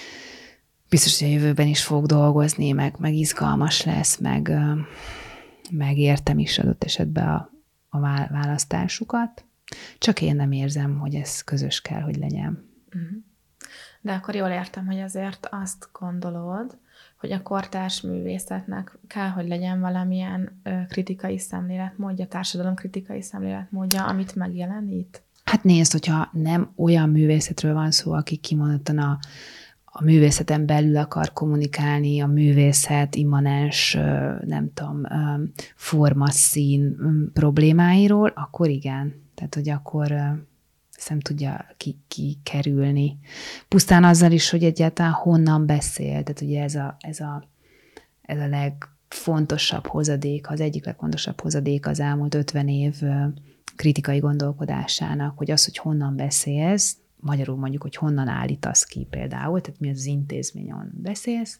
biztos, hogy a jövőben is fog dolgozni, meg, meg izgalmas lesz, meg, meg értem is adott esetben a, a választásukat, csak én nem érzem, hogy ez közös kell, hogy legyen. De akkor jól értem, hogy azért azt gondolod, hogy a kortárs művészetnek kell, hogy legyen valamilyen ö, kritikai szemléletmódja, társadalom kritikai szemléletmódja, amit megjelenít? Hát nézd, hogyha nem olyan művészetről van szó, aki kimondottan a, a művészeten belül akar kommunikálni, a művészet immanens, nem tudom, forma, szín problémáiról, akkor igen. Tehát, hogy akkor ezt nem tudja kikerülni. Ki Pusztán azzal is, hogy egyáltalán honnan beszél. Tehát ugye ez a, ez a, ez a legfontosabb hozadék, az egyik legfontosabb hozadék az elmúlt ötven év kritikai gondolkodásának, hogy az, hogy honnan beszélsz, magyarul mondjuk, hogy honnan állítasz ki például, tehát mi az, az intézmény, ahonnan beszélsz,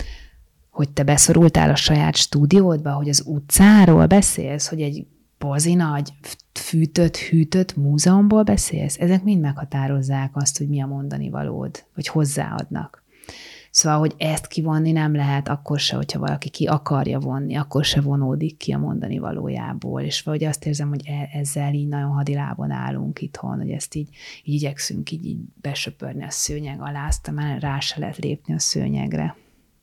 hogy te beszorultál a saját stúdiódba, hogy az utcáról beszélsz, hogy egy bazi nagy, fűtött, hűtött múzeumból beszélsz, ezek mind meghatározzák azt, hogy mi a mondani valód, vagy hozzáadnak. Szóval, hogy ezt kivonni nem lehet, akkor se, hogyha valaki ki akarja vonni, akkor se vonódik ki a mondani valójából. És valahogy azt érzem, hogy ezzel így nagyon hadilábon állunk itthon, hogy ezt így, így igyekszünk így, így besöpörni a szőnyeg alá, aztán már rá se lehet lépni a szőnyegre.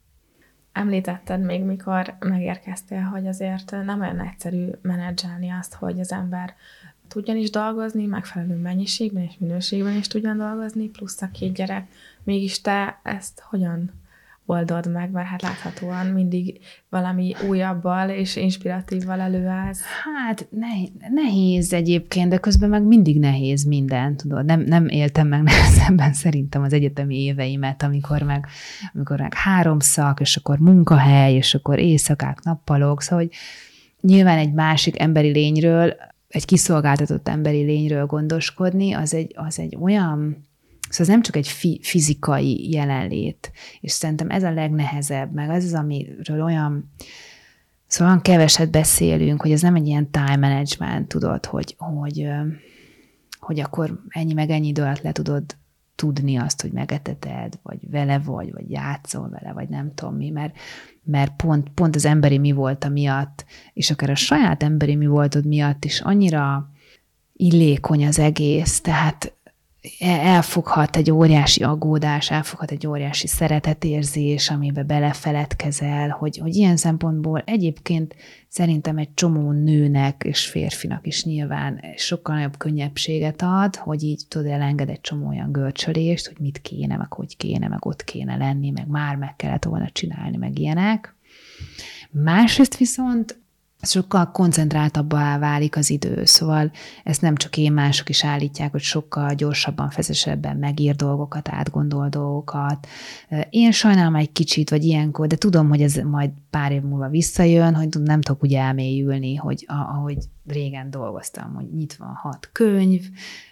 Említetted még, mikor megérkeztél, hogy azért nem olyan egyszerű menedzselni azt, hogy az ember tudjon is dolgozni, megfelelő mennyiségben és minőségben is tudjon dolgozni, plusz a két gyerek. Mégis te ezt hogyan oldod meg, mert hát láthatóan mindig valami újabbal és inspiratívval előállsz. Hát nehéz egyébként, de közben meg mindig nehéz minden, tudod. Nem, nem éltem meg nehezebben szerintem az egyetemi éveimet, amikor meg, amikor meg három szak, és akkor munkahely, és akkor éjszakák, nappalok, szóval, hogy nyilván egy másik emberi lényről, egy kiszolgáltatott emberi lényről gondoskodni, az egy, az egy olyan, szóval ez nem csak egy fi, fizikai jelenlét, és szerintem ez a legnehezebb, meg ez az, amiről olyan, szóval olyan keveset beszélünk, hogy ez nem egy ilyen time management, tudod, hogy, hogy, hogy akkor ennyi meg ennyi idő alatt le tudod tudni azt, hogy megeteted, vagy vele vagy, vagy játszol vele, vagy nem tudom mi, mert, mert pont, pont az emberi mi volt miatt, és akár a saját emberi mi voltod miatt is annyira illékony az egész, tehát elfoghat egy óriási aggódás, elfoghat egy óriási szeretetérzés, amiben belefeledkezel, hogy, hogy ilyen szempontból egyébként szerintem egy csomó nőnek és férfinak is nyilván sokkal nagyobb könnyebbséget ad, hogy így tudod, elenged egy csomó olyan görcsölést, hogy mit kéne, meg hogy kéne, meg ott kéne lenni, meg már meg kellett volna csinálni, meg ilyenek. Másrészt viszont sokkal koncentráltabbá válik az idő, szóval ezt nem csak én, mások is állítják, hogy sokkal gyorsabban, feszesebben megír dolgokat, átgondol dolgokat. Én sajnálom egy kicsit, vagy ilyenkor, de tudom, hogy ez majd pár év múlva visszajön, hogy nem tudok úgy elmélyülni, hogy ahogy régen dolgoztam, hogy nyitva hat könyv,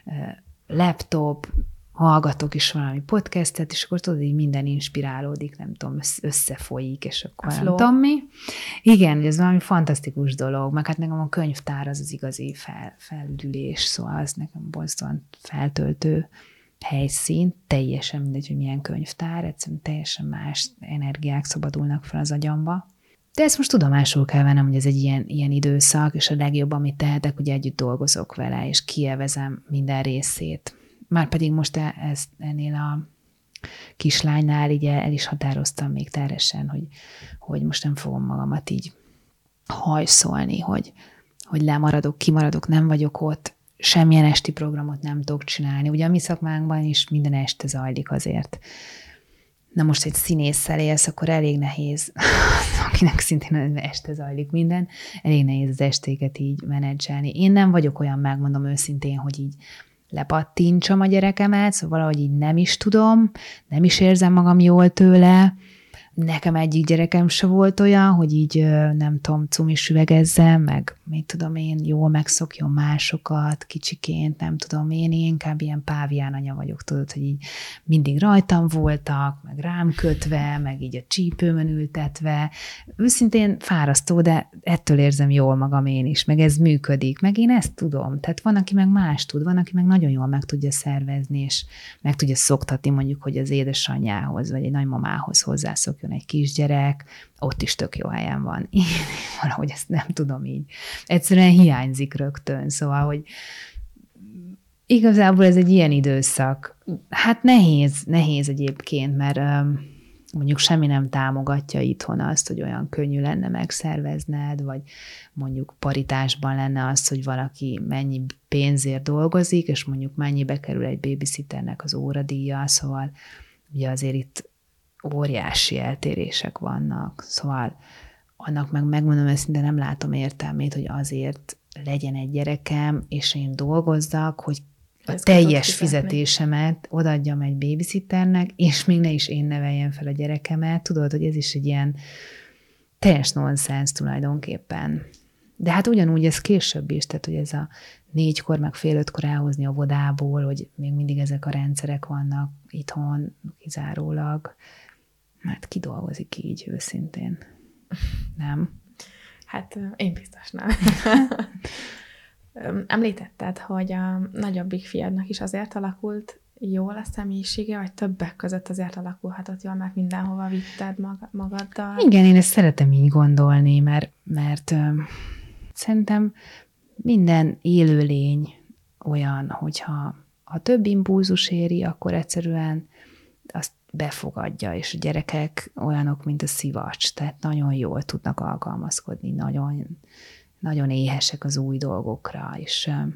laptop, hallgatok is valami podcastet, és akkor tudod, hogy minden inspirálódik, nem tudom, összefolyik, és akkor nem tudom mi. Igen, ez valami fantasztikus dolog, meg hát nekem a könyvtár az az igazi fel, felüdülés, szóval az nekem borzasztóan feltöltő helyszín, teljesen mindegy, hogy milyen könyvtár, egyszerűen teljesen más energiák szabadulnak fel az agyamba. De ezt most tudomásul kell vennem, hogy ez egy ilyen, ilyen időszak, és a legjobb, amit tehetek, hogy együtt dolgozok vele, és kielvezem minden részét. Márpedig most ezt ennél a kislánynál így el is határoztam még teresen, hogy, hogy most nem fogom magamat így hajszolni, hogy, hogy lemaradok, kimaradok, nem vagyok ott, semmilyen esti programot nem tudok csinálni. Ugye a mi szakmánkban is minden este zajlik azért. Na most egy színésszel élsz, akkor elég nehéz, akinek szintén este zajlik minden, elég nehéz az estéket így menedzselni. Én nem vagyok olyan, megmondom őszintén, hogy így lepattintsam a gyerekemet, szóval valahogy így nem is tudom, nem is érzem magam jól tőle. Nekem egyik gyerekem se volt olyan, hogy így nem tudom, cumis üvegezzem, meg mit tudom én, jól megszokjon másokat, kicsiként, nem tudom én, én inkább ilyen pávián anya vagyok, tudod, hogy így mindig rajtam voltak, meg rám kötve, meg így a csípőmön ültetve. Őszintén fárasztó, de ettől érzem jól magam én is, meg ez működik, meg én ezt tudom. Tehát van, aki meg más tud, van, aki meg nagyon jól meg tudja szervezni, és meg tudja szoktatni mondjuk, hogy az édesanyjához, vagy egy nagymamához hozzászokjon egy kisgyerek, ott is tök jó helyen van. Én valahogy ezt nem tudom így. Egyszerűen hiányzik rögtön, szóval, hogy igazából ez egy ilyen időszak. Hát nehéz, nehéz egyébként, mert mondjuk semmi nem támogatja itthon azt, hogy olyan könnyű lenne megszervezned, vagy mondjuk paritásban lenne az, hogy valaki mennyi pénzért dolgozik, és mondjuk mennyibe kerül egy babysitternek az óradíja, szóval ugye azért itt óriási eltérések vannak, szóval annak meg megmondom őszintén, nem látom értelmét, hogy azért legyen egy gyerekem, és én dolgozzak, hogy a ezt teljes fizetésemet odaadjam egy babysitternek, és még ne is én neveljem fel a gyerekemet. Tudod, hogy ez is egy ilyen teljes nonsens tulajdonképpen. De hát ugyanúgy ez később is, tehát hogy ez a négykor, meg fél ötkor elhozni óvodából, hogy még mindig ezek a rendszerek vannak itthon kizárólag. Mert ki dolgozik így őszintén? Nem? Hát én biztos nem. Említetted, hogy a nagyobbik fiadnak is azért alakult jól a személyisége, vagy többek között azért alakulhatott jól, mert mindenhova vitted magaddal? Igen, én ezt szeretem így gondolni, mert, mert ö, szerintem minden élőlény olyan, hogyha ha több impulzus éri, akkor egyszerűen azt befogadja, és a gyerekek olyanok, mint a szivacs, tehát nagyon jól tudnak alkalmazkodni, nagyon, nagyon éhesek az új dolgokra, és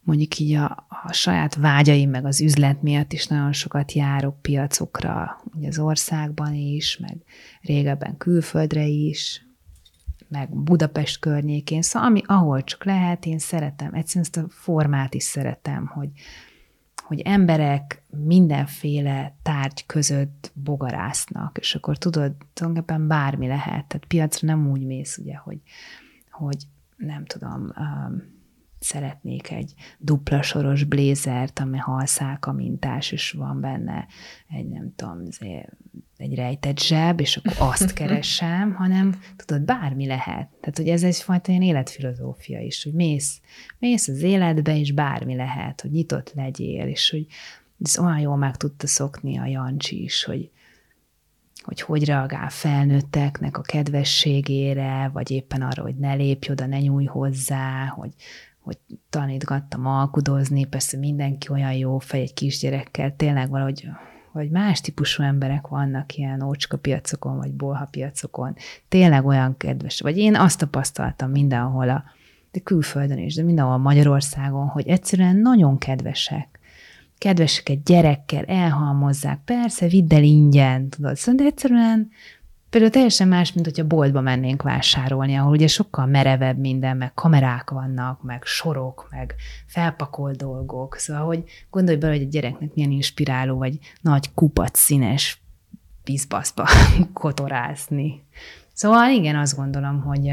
mondjuk így a, a saját vágyaim, meg az üzlet miatt is nagyon sokat járok piacokra, ugye az országban is, meg régebben külföldre is, meg Budapest környékén, szóval ami, ahol csak lehet, én szeretem, egyszerűen ezt a formát is szeretem, hogy, hogy emberek mindenféle tárgy között bogarásznak, és akkor tudod, tulajdonképpen bármi lehet, tehát piacra nem úgy mész, ugye, hogy, hogy nem tudom, um, szeretnék egy dupla soros blézert, ami halszálka mintás, és van benne egy, nem tudom, egy rejtett zseb, és akkor azt keresem, hanem tudod, bármi lehet. Tehát, hogy ez egyfajta ilyen életfilozófia is, hogy mész, mész az életbe, és bármi lehet, hogy nyitott legyél, és hogy ez olyan jól meg tudta szokni a Jancsi is, hogy hogy hogy reagál felnőtteknek a kedvességére, vagy éppen arra, hogy ne lépj oda, ne nyújj hozzá, hogy, hogy tanítgattam alkudozni, persze mindenki olyan jó fej egy kisgyerekkel, tényleg valahogy vagy más típusú emberek vannak ilyen ócska piacokon, vagy bolha piacokon, tényleg olyan kedves, vagy én azt tapasztaltam mindenhol, a, de külföldön is, de mindenhol Magyarországon, hogy egyszerűen nagyon kedvesek. Kedvesek egy gyerekkel, elhalmozzák, persze, vidd el ingyen, tudod, de egyszerűen például teljesen más, mint hogyha boltba mennénk vásárolni, ahol ugye sokkal merevebb minden, meg kamerák vannak, meg sorok, meg felpakolt dolgok, szóval, hogy gondolj bele, hogy a gyereknek milyen inspiráló, vagy nagy kupac színes piszbaszba kotorászni. Szóval igen, azt gondolom, hogy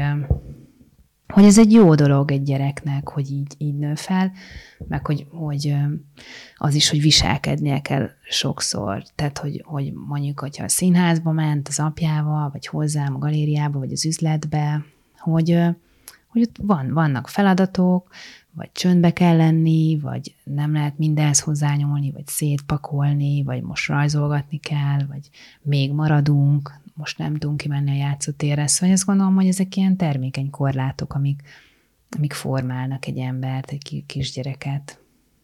hogy ez egy jó dolog egy gyereknek, hogy így, így nő fel, meg hogy, hogy az is, hogy viselkednie kell sokszor. Tehát, hogy, hogy mondjuk, hogyha a színházba ment az apjával, vagy hozzám a galériába, vagy az üzletbe, hogy, hogy ott van, vannak feladatok, vagy csöndbe kell lenni, vagy nem lehet mindenhez hozzányúlni, vagy szétpakolni, vagy most rajzolgatni kell, vagy még maradunk, most nem tudunk kimenni a játszótérre. Szóval azt gondolom, hogy ezek ilyen termékeny korlátok, amik, amik formálnak egy embert, egy kisgyereket.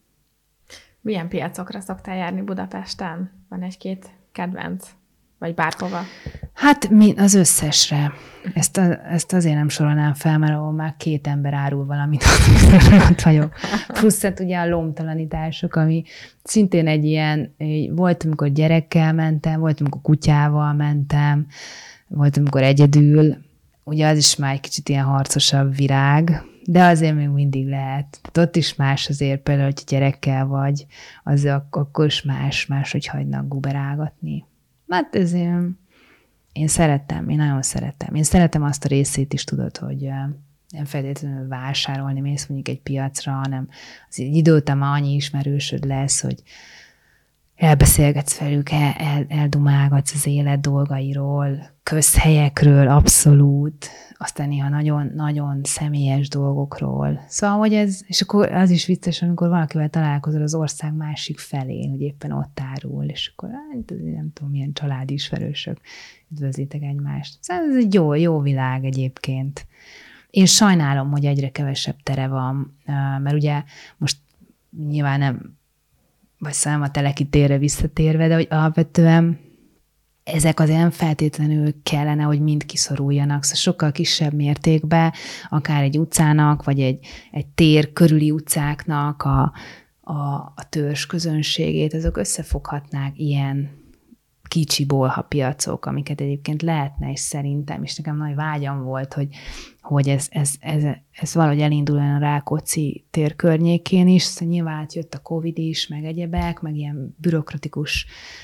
Milyen piacokra szoktál járni Budapesten? Van egy-két kedvenc? Vagy bárhova? Hát mi az összesre. Ezt, a, ezt azért nem sorolnám fel, mert ahol már két ember árul valamit, ott vagyok. Plusz hát ugye a lomtalanítások, ami szintén egy ilyen, volt, amikor gyerekkel mentem, volt, amikor kutyával mentem, volt, amikor egyedül, ugye az is már egy kicsit ilyen harcosabb virág, de azért még mindig lehet. Tehát ott is más azért, például, hogy gyerekkel vagy, az akkor is más, más, hogy hagynak guberálgatni. Hát ez én, én szeretem, én nagyon szeretem. Én szeretem azt a részét is, tudod, hogy nem feltétlenül vásárolni mész mondjuk egy piacra, hanem az egy idő után már annyi ismerősöd lesz, hogy elbeszélgetsz velük, el, el, eldumálgatsz az élet dolgairól, közhelyekről abszolút, aztán néha nagyon-nagyon személyes dolgokról. Szóval, hogy ez, és akkor az is vicces, amikor valakivel találkozol az ország másik felén, hogy éppen ott árul, és akkor nem tudom, milyen családi ismerősök, üdvözlitek egymást. Szóval ez egy jó, jó világ egyébként. Én sajnálom, hogy egyre kevesebb tere van, mert ugye most nyilván nem, vagy szóval a Teleki térre visszatérve, de hogy alapvetően ezek azért nem feltétlenül kellene, hogy mind kiszoruljanak, szóval sokkal kisebb mértékben, akár egy utcának, vagy egy, egy tér körüli utcáknak a, a, a törzs közönségét, azok összefoghatnák ilyen kicsi bolha piacok, amiket egyébként lehetne, és szerintem, és nekem nagy vágyam volt, hogy, hogy ez, ez, ez, ez valahogy elinduljon a Rákóczi tér környékén is, szóval nyilván jött a Covid is, meg egyebek, meg ilyen bürokratikus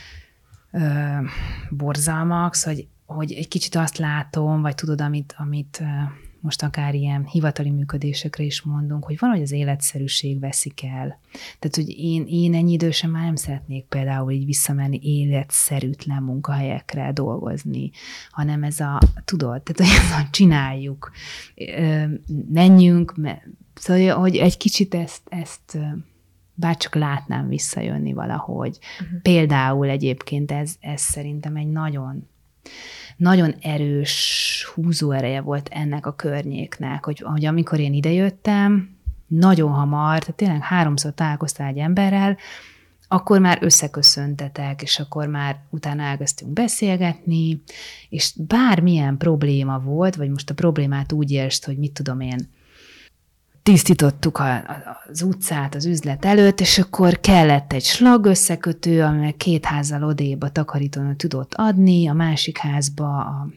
ö, borzalmak, szóval, hogy, hogy egy kicsit azt látom, vagy tudod, amit, amit most akár ilyen hivatali működésekre is mondunk, hogy valahogy az életszerűség veszik el. Tehát, hogy én, én ennyi idősen már nem szeretnék például így visszamenni életszerűtlen munkahelyekre dolgozni, hanem ez a, tudod, tehát, hogy ez a csináljuk, menjünk, szóval, hogy egy kicsit ezt, ezt bárcsak látnám visszajönni valahogy. Uh-huh. Például egyébként ez, ez szerintem egy nagyon nagyon erős húzóereje volt ennek a környéknek, hogy, hogy amikor én idejöttem, nagyon hamar, tehát tényleg háromszor találkoztál egy emberrel, akkor már összeköszöntetek, és akkor már utána elkezdtünk beszélgetni, és bármilyen probléma volt, vagy most a problémát úgy értsd, hogy mit tudom én, tisztítottuk a, az utcát az üzlet előtt, és akkor kellett egy slag összekötő, aminek két házzal odébb a takarítónak tudott adni, a másik házba a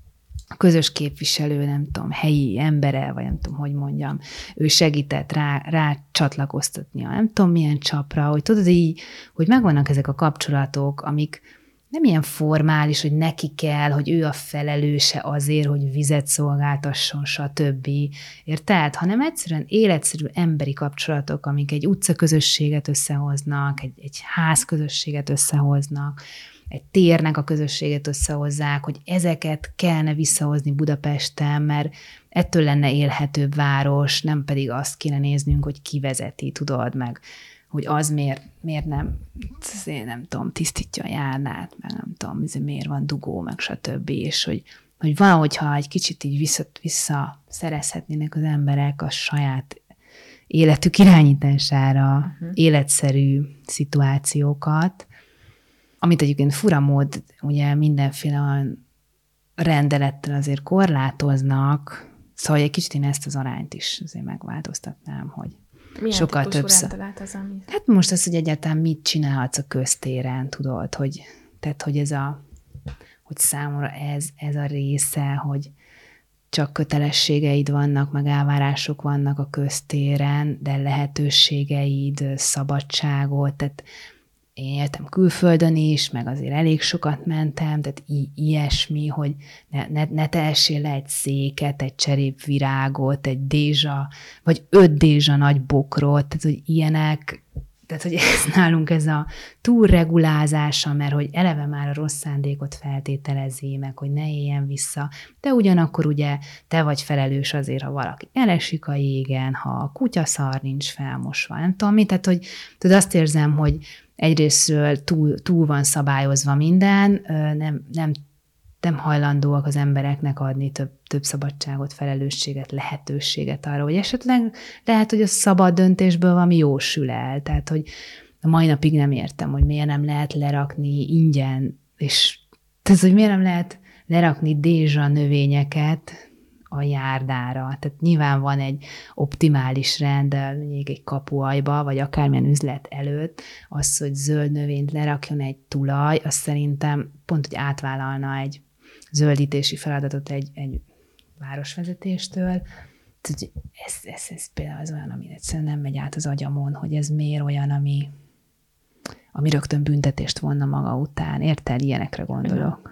a közös képviselő, nem tudom, helyi embere, vagy nem tudom, hogy mondjam, ő segített rá, rá csatlakoztatni a nem tudom milyen csapra, hogy tudod így, hogy megvannak ezek a kapcsolatok, amik nem ilyen formális, hogy neki kell, hogy ő a felelőse azért, hogy vizet szolgáltasson, stb. Érted? Hanem egyszerűen életszerű emberi kapcsolatok, amik egy utcaközösséget összehoznak, egy, egy házközösséget összehoznak, egy térnek a közösséget összehozzák, hogy ezeket kellene visszahozni Budapesten, mert ettől lenne élhetőbb város, nem pedig azt kéne néznünk, hogy ki vezeti, tudod meg, hogy az miért, miért nem, én nem tudom, tisztítja a járnát, meg nem tudom, miért van dugó, meg stb. És hogy, hogy valahogyha egy kicsit így vissza, visszaszerezhetnének az emberek a saját életük irányítására uh-huh. életszerű szituációkat, amit egyébként fura mód, ugye mindenféle olyan rendelettel azért korlátoznak, szóval egy kicsit én ezt az arányt is azért megváltoztatnám, hogy milyen sokkal típusú többször. rendelet az, ami... Hát most az, hogy egyáltalán mit csinálhatsz a köztéren, tudod, hogy, tehát, hogy ez a, hogy számomra ez, ez a része, hogy csak kötelességeid vannak, meg elvárások vannak a köztéren, de lehetőségeid, szabadságot, tehát én éltem külföldön is, meg azért elég sokat mentem, tehát i- ilyesmi, hogy ne, ne, ne tehessél le egy széket, egy cserépvirágot, egy dézsa, vagy öt dézsa nagy bokrot, tehát hogy ilyenek, tehát hogy ez nálunk ez a túlregulázása, mert hogy eleve már a rossz szándékot feltételezi, meg hogy ne éljen vissza, de ugyanakkor ugye te vagy felelős azért, ha valaki elesik a jégen, ha a kutyaszar nincs felmosva, nem tudom mit, tehát hogy tudod, azt érzem, hogy egyrésztről túl, túl van szabályozva minden, nem, nem, nem hajlandóak az embereknek adni több, több szabadságot, felelősséget, lehetőséget arra, hogy esetleg lehet, hogy a szabad döntésből valami jó sül el. Tehát, hogy a mai napig nem értem, hogy miért nem lehet lerakni ingyen, és tehát, hogy miért nem lehet lerakni dézsa növényeket a járdára. Tehát nyilván van egy optimális rend, mondjuk egy kapuajba, vagy akármilyen üzlet előtt, az, hogy zöld növényt lerakjon egy tulaj, az szerintem pont, hogy átvállalna egy zöldítési feladatot egy, egy városvezetéstől. Tehát ez, ez, ez például az olyan, ami egyszerűen nem megy át az agyamon, hogy ez miért olyan, ami, ami rögtön büntetést vonna maga után. Érted? Ilyenekre gondolok.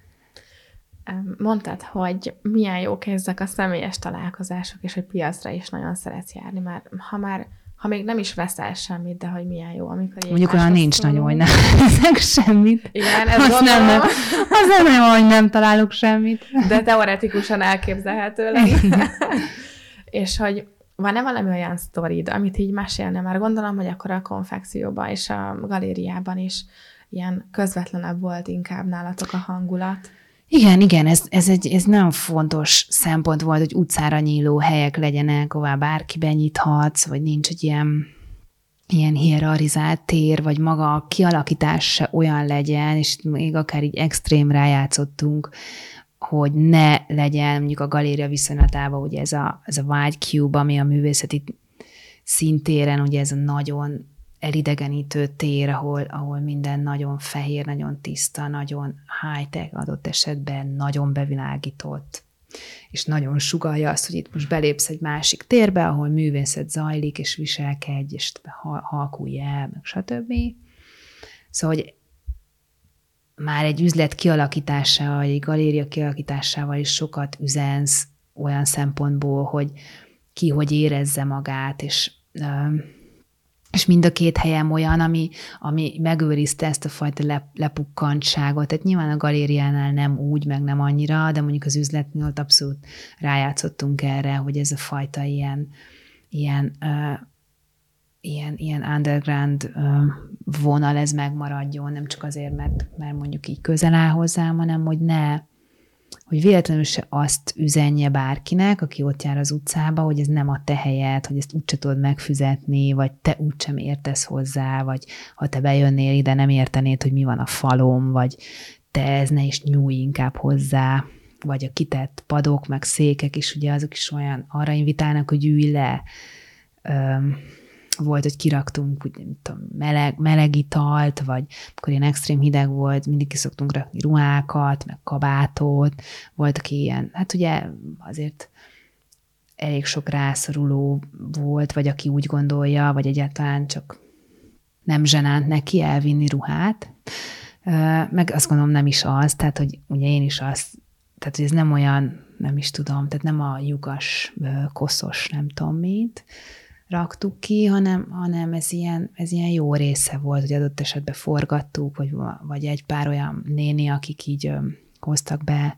Mondtad, hogy milyen jók ezek a személyes találkozások, és hogy piacra is nagyon szeretsz járni, mert ha már, ha még nem is veszel semmit, de hogy milyen jó, amikor mondjuk olyan nincs szólunk. Nagyon, hogy nem veszek semmit. Igen, ez azt nem, nem, az nem olyan, hogy nem találok semmit. De teoretikusan elképzelhető lenne. És hogy van-e valami olyan sztorid, amit így mesélne, mert gondolom, hogy akkor a konfekcióban és a galériában is ilyen közvetlenebb volt inkább nálatok a hangulat. Igen, igen, ez, ez egy ez nagyon fontos szempont volt, hogy utcára nyíló helyek legyenek, ahová bárki benyithatsz, vagy nincs egy ilyen, ilyen hierarchizált tér, vagy maga a kialakítás se olyan legyen, és még akár így extrém rájátszottunk, hogy ne legyen mondjuk a galéria viszonylatában ugye ez a, ez a White Cube, ami a művészeti szintéren ugye ez a nagyon elidegenítő tér, ahol, ahol minden nagyon fehér, nagyon tiszta, nagyon high-tech adott esetben, nagyon bevilágított, és nagyon sugallja azt, hogy itt most belépsz egy másik térbe, ahol művészet zajlik, és viselkedj, és halkulj el, meg stb. Szóval, hogy már egy üzlet kialakításával, egy galéria kialakításával is sokat üzensz olyan szempontból, hogy ki hogy érezze magát, és és mind a két helyem olyan, ami, ami megőrizte ezt a fajta lepukkantságot. Tehát nyilván a galériánál nem úgy, meg nem annyira, de mondjuk az üzletnél ott abszolút rájátszottunk erre, hogy ez a fajta ilyen, ilyen, uh, ilyen, ilyen underground uh, vonal ez megmaradjon, nem csak azért, mert, mert mondjuk így közel áll hozzám, hanem hogy ne, hogy véletlenül se azt üzenje bárkinek, aki ott jár az utcába, hogy ez nem a te helyed, hogy ezt úgyse tudod megfizetni, vagy te úgysem értesz hozzá, vagy ha te bejönnél ide, nem értenéd, hogy mi van a falon, vagy te ez ne is nyújj inkább hozzá. vagy a kitett padok, meg székek is, ugye azok is olyan arra invitálnak, hogy ülj le. Öm, volt, hogy kiraktunk úgy, nem tudom, meleg, meleg italt, vagy akkor ilyen extrém hideg volt, mindig ki szoktunk rakni ruhákat, meg kabátot. Volt, aki ilyen, hát ugye azért elég sok rászoruló volt, vagy aki úgy gondolja, vagy egyáltalán csak nem zsenánt neki elvinni ruhát. Meg azt gondolom nem is az, tehát hogy ugye én is azt, tehát hogy ez nem olyan, nem is tudom, tehát nem a lyukas, koszos, nem tudom mit raktuk ki, hanem, hanem ez, ilyen, ez ilyen jó része volt, hogy adott esetben forgattuk, vagy, vagy egy pár olyan néni, akik így hoztak be,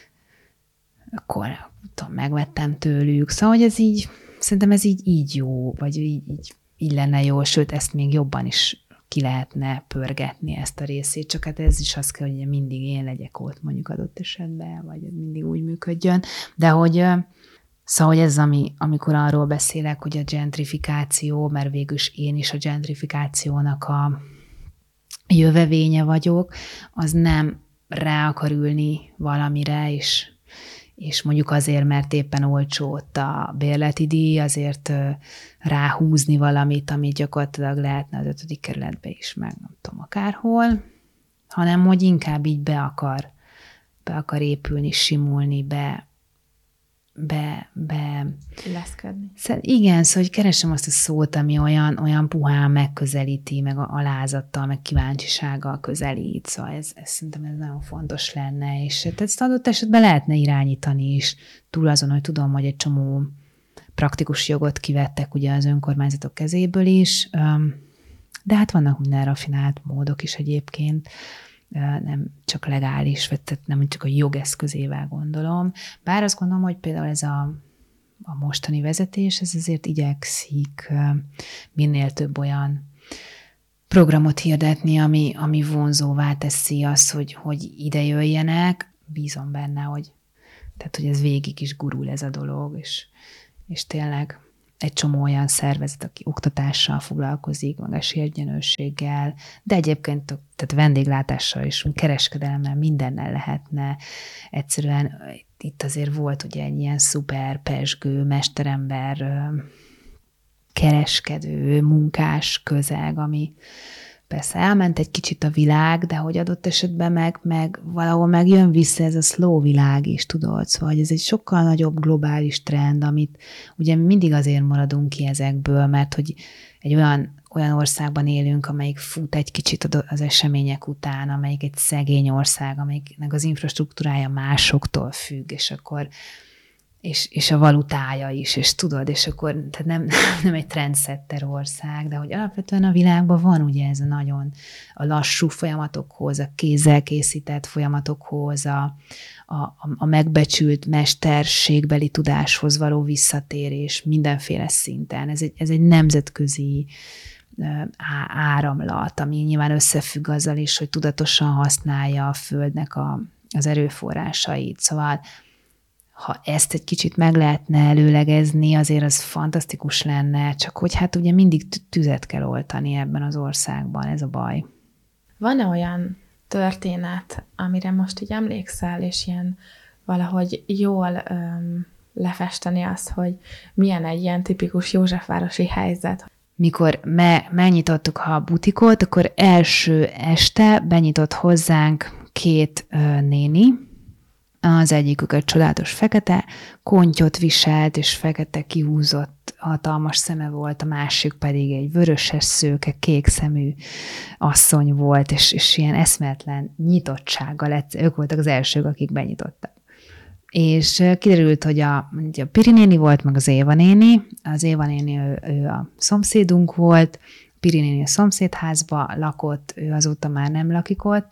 akkor tudom, megvettem tőlük. Szóval, hogy ez így, szerintem ez így, így jó, vagy így, így, így lenne jó, sőt, ezt még jobban is ki lehetne pörgetni ezt a részét, csak hát ez is az kell, hogy mindig én legyek ott mondjuk adott esetben, vagy mindig úgy működjön, de hogy szóval, hogy ez, ami, amikor arról beszélek, hogy a gentrifikáció, mert végül is én is a gentrifikációnak a jövevénye vagyok, az nem rá akar ülni valamire, és, és mondjuk azért, mert éppen olcsó ott a bérleti díj, azért ráhúzni valamit, amit gyakorlatilag lehetne az ötödik kerületbe is, meg nem tudom, akárhol, hanem hogy inkább így be akar, be akar épülni, simulni, be be, be illeszkedni. Igen, szóval hogy keresem azt a szót, ami olyan, olyan puhán megközelíti, meg alázattal, meg kíváncsisággal közelít, szóval ez, ez szerintem ez nagyon fontos lenne, és ezt adott esetben lehetne irányítani is, túl azon, hogy tudom, hogy egy csomó praktikus jogot kivettek ugye az önkormányzatok kezéből is, de hát vannak minden rafinált módok is egyébként, nem csak legális, vagy tehát nem csak a jogeszközével gondolom. Bár azt gondolom, hogy például ez a, a mostani vezetés, ez azért igyekszik minél több olyan programot hirdetni, ami, ami vonzóvá teszi azt, hogy, hogy ide jöjjenek. Bízom benne, hogy, tehát, hogy ez végig is gurul ez a dolog, és, és tényleg egy csomó olyan szervezet, aki oktatással foglalkozik, meg esélyegyenlőséggel, de egyébként tehát vendéglátással és kereskedelemmel mindennel lehetne. Egyszerűen itt azért volt ugye egy ilyen szuper pezsgő, mesterember, kereskedő, munkás közeg, ami persze elment egy kicsit a világ, de hogy adott esetben meg, meg valahol meg jön vissza ez a slow világ is, tudod? Szóval hogy ez egy sokkal nagyobb globális trend, amit ugye mindig azért maradunk ki ezekből, mert hogy egy olyan, olyan országban élünk, amelyik fut egy kicsit az események után, amelyik egy szegény ország, amelyiknek az infrastruktúrája másoktól függ, és akkor És, és a valutája is, és tudod, és akkor tehát nem, nem egy trendsetter ország, de hogy alapvetően a világban van ugye ez a nagyon a lassú folyamatokhoz, a kézzel készített folyamatokhoz, a, a, a megbecsült mesterségbeli tudáshoz való visszatérés mindenféle szinten. Ez egy, ez egy nemzetközi áramlat, ami nyilván összefügg azzal is, hogy tudatosan használja a Földnek a, az erőforrásait. Szóval ha ezt egy kicsit meg lehetne előlegezni, azért az fantasztikus lenne, csak hogy hát ugye mindig tüzet kell oltani ebben az országban, ez a baj. Van-e olyan történet, amire most így emlékszel, és ilyen valahogy jól öm, lefesteni azt, hogy milyen egy ilyen tipikus józsefvárosi helyzet? Mikor me, megnyitottuk a butikot, akkor első este benyitott hozzánk két ö, néni. Az egyikük egy csodálatos fekete kontyot viselt, és fekete kihúzott hatalmas szeme volt, a másik pedig egy vöröses szőke, kék szemű asszony volt, és, és ilyen eszméletlen nyitottsággal, ők voltak az elsők, akik benyitottak. És kiderült, hogy a, a Piri néni volt, meg az Éva néni. Az Éva néni, ő, ő a szomszédunk volt, Piri néni a szomszédházba lakott, ő azóta már nem lakik ott,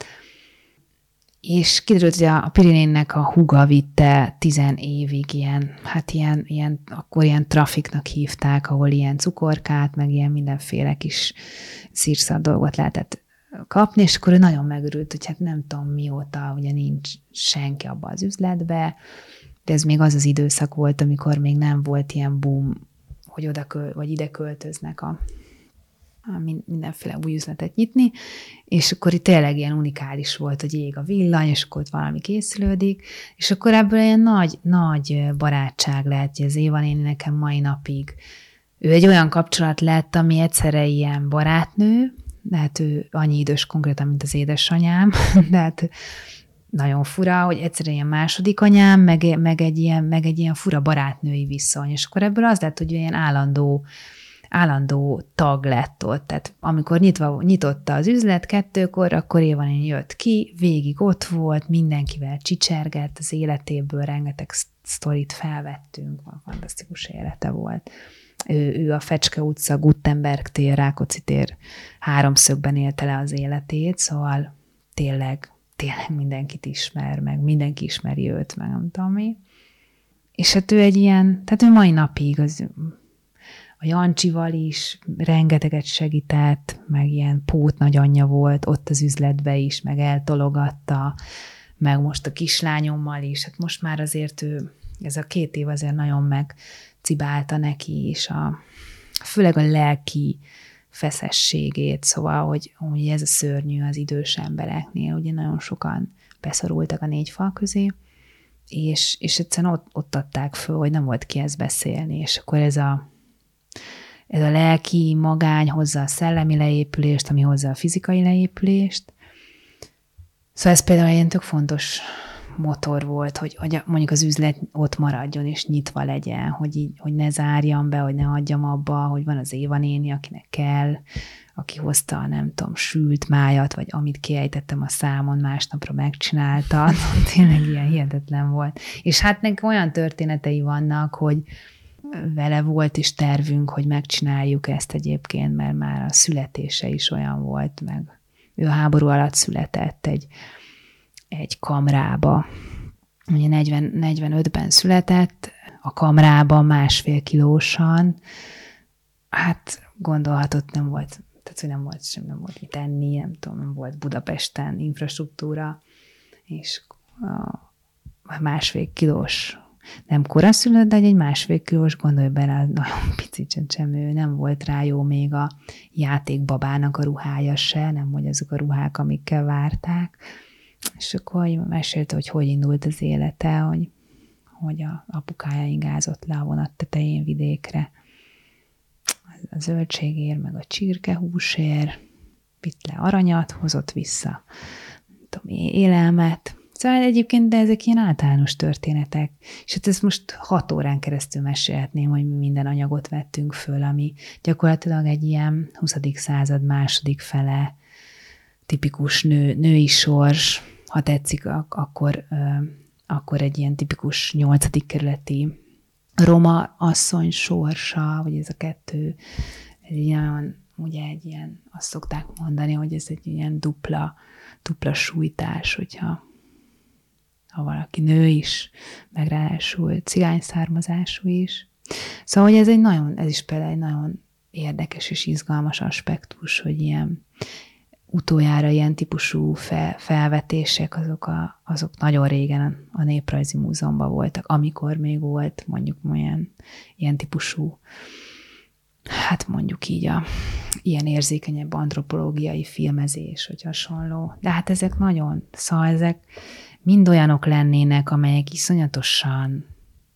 és kiderült, hogy a Pirinénnek a húga vitte tizen évig ilyen, hát ilyen, ilyen, akkor ilyen trafiknak hívták, ahol ilyen cukorkát, meg ilyen mindenféle kis szírszar dolgot lehetett kapni, és akkor ő nagyon megörült, hogy hát nem tudom mióta, ugye nincs senki abba az üzletbe, de ez még az az időszak volt, amikor még nem volt ilyen boom, hogy oda köl, vagy ide költöznek a, mindenféle új üzletet nyitni, és akkor itt tényleg ilyen unikális volt, hogy ég a villany, és akkor ott valami készülődik, és akkor ebből ilyen nagy, nagy barátság lett, hogy az Éva néni nekem mai napig, ő egy olyan kapcsolat lett, ami egyszerre ilyen barátnő, de hát ő annyi idős konkrétan, mint az édesanyám, de hát nagyon fura, hogy egyszerűen ilyen második anyám, meg, meg, egy ilyen, meg egy ilyen fura barátnői viszony, és akkor ebből az lett, hogy ilyen állandó, állandó tag lett ott. Tehát amikor nyitva, nyitotta az üzlet kettőkor, akkor Éva néni jött ki, végig ott volt, mindenkivel csicsergett, az életéből rengeteg sztorit felvettünk, fantasztikus élete volt. Ő, ő a Fecske utca, Gutenberg tér, Rákóczi tér háromszögben élte le az életét, szóval tényleg, tényleg mindenkit ismer, meg mindenki ismeri őt, meg nem tudom mi. És hát ő egy ilyen, tehát ő mai napig az, a Jancsival is rengeteget segített, meg ilyen pót nagyanyja volt ott az üzletbe is, meg eltologatta, meg most a kislányommal is, hát most már azért ő, ez a két év azért nagyon megcibálta neki is, a, főleg a lelki feszességét, szóval, hogy, hogy ez a szörnyű az idős embereknél, ugye nagyon sokan beszorultak a négy fal közé, és, és egyszerűen ott, ott adták föl, hogy nem volt kihez beszélni, és akkor ez a, ez a lelki magány hozza a szellemi leépülést, ami hozza a fizikai leépülést. Szóval ez például ilyen tök fontos motor volt, hogy, hogy mondjuk az üzlet ott maradjon, és nyitva legyen, hogy, így, hogy ne zárjam be, hogy ne hagyjam abba, hogy van az Éva néni, akinek kell, aki hozta, nem tudom, sült májat, vagy amit kiejtettem a számon, másnapra megcsinálta. Tényleg ilyen hihetetlen volt. És hát nekem olyan történetei vannak, hogy vele volt is tervünk, hogy megcsináljuk ezt egyébként, mert már a születése is olyan volt, meg ő a háború alatt született egy, egy kamrába. Ugye negyven, negyvenötben született, a kamrában másfél kilósan, hát gondolhatott, nem volt, tehát hogy nem volt sem, nem volt mit enni, nem tudom, nem volt Budapesten infrastruktúra, és a másfél kilós, nem koraszülött, de egy másfél kilós, gondolj bele, nagyon pici csecsemő, nem volt rá jó még a játékbabának a ruhája se, nem hogy azok a ruhák, amikkel várták. És akkor mesélte, hogy hogy indult az élete, hogy, hogy a apukája ingázott le a vonat tetején vidékre. A zöldségér, meg a csirkehúsér, vitt le aranyat, hozott vissza tudom, élelmet. Szóval egyébként, de ezek ilyen általános történetek. És hát ezt most hat órán keresztül mesélhetném, hogy mi minden anyagot vettünk föl, ami gyakorlatilag egy ilyen huszadik század második fele tipikus nő, női sors, ha tetszik, akkor, akkor egy ilyen tipikus nyolcadik kerületi roma asszony sorsa, vagy ez a kettő, egy ilyen, ugye egy ilyen, azt szokták mondani, hogy ez egy ilyen dupla, dupla sújtás, hogyha ha valaki nő is, meg ráadásul cigány származású is. Szóval, hogy ez egy nagyon, ez is például egy nagyon érdekes és izgalmas aspektus, hogy ilyen utoljára ilyen típusú fel, felvetések, azok, a, azok nagyon régen a Néprajzi Múzeumban voltak, amikor még volt mondjuk ilyen, ilyen típusú, hát mondjuk így a ilyen érzékenyebb antropológiai filmezés, vagy hasonló. De hát ezek nagyon, szóval ezek mind olyanok lennének, amelyek iszonyatosan,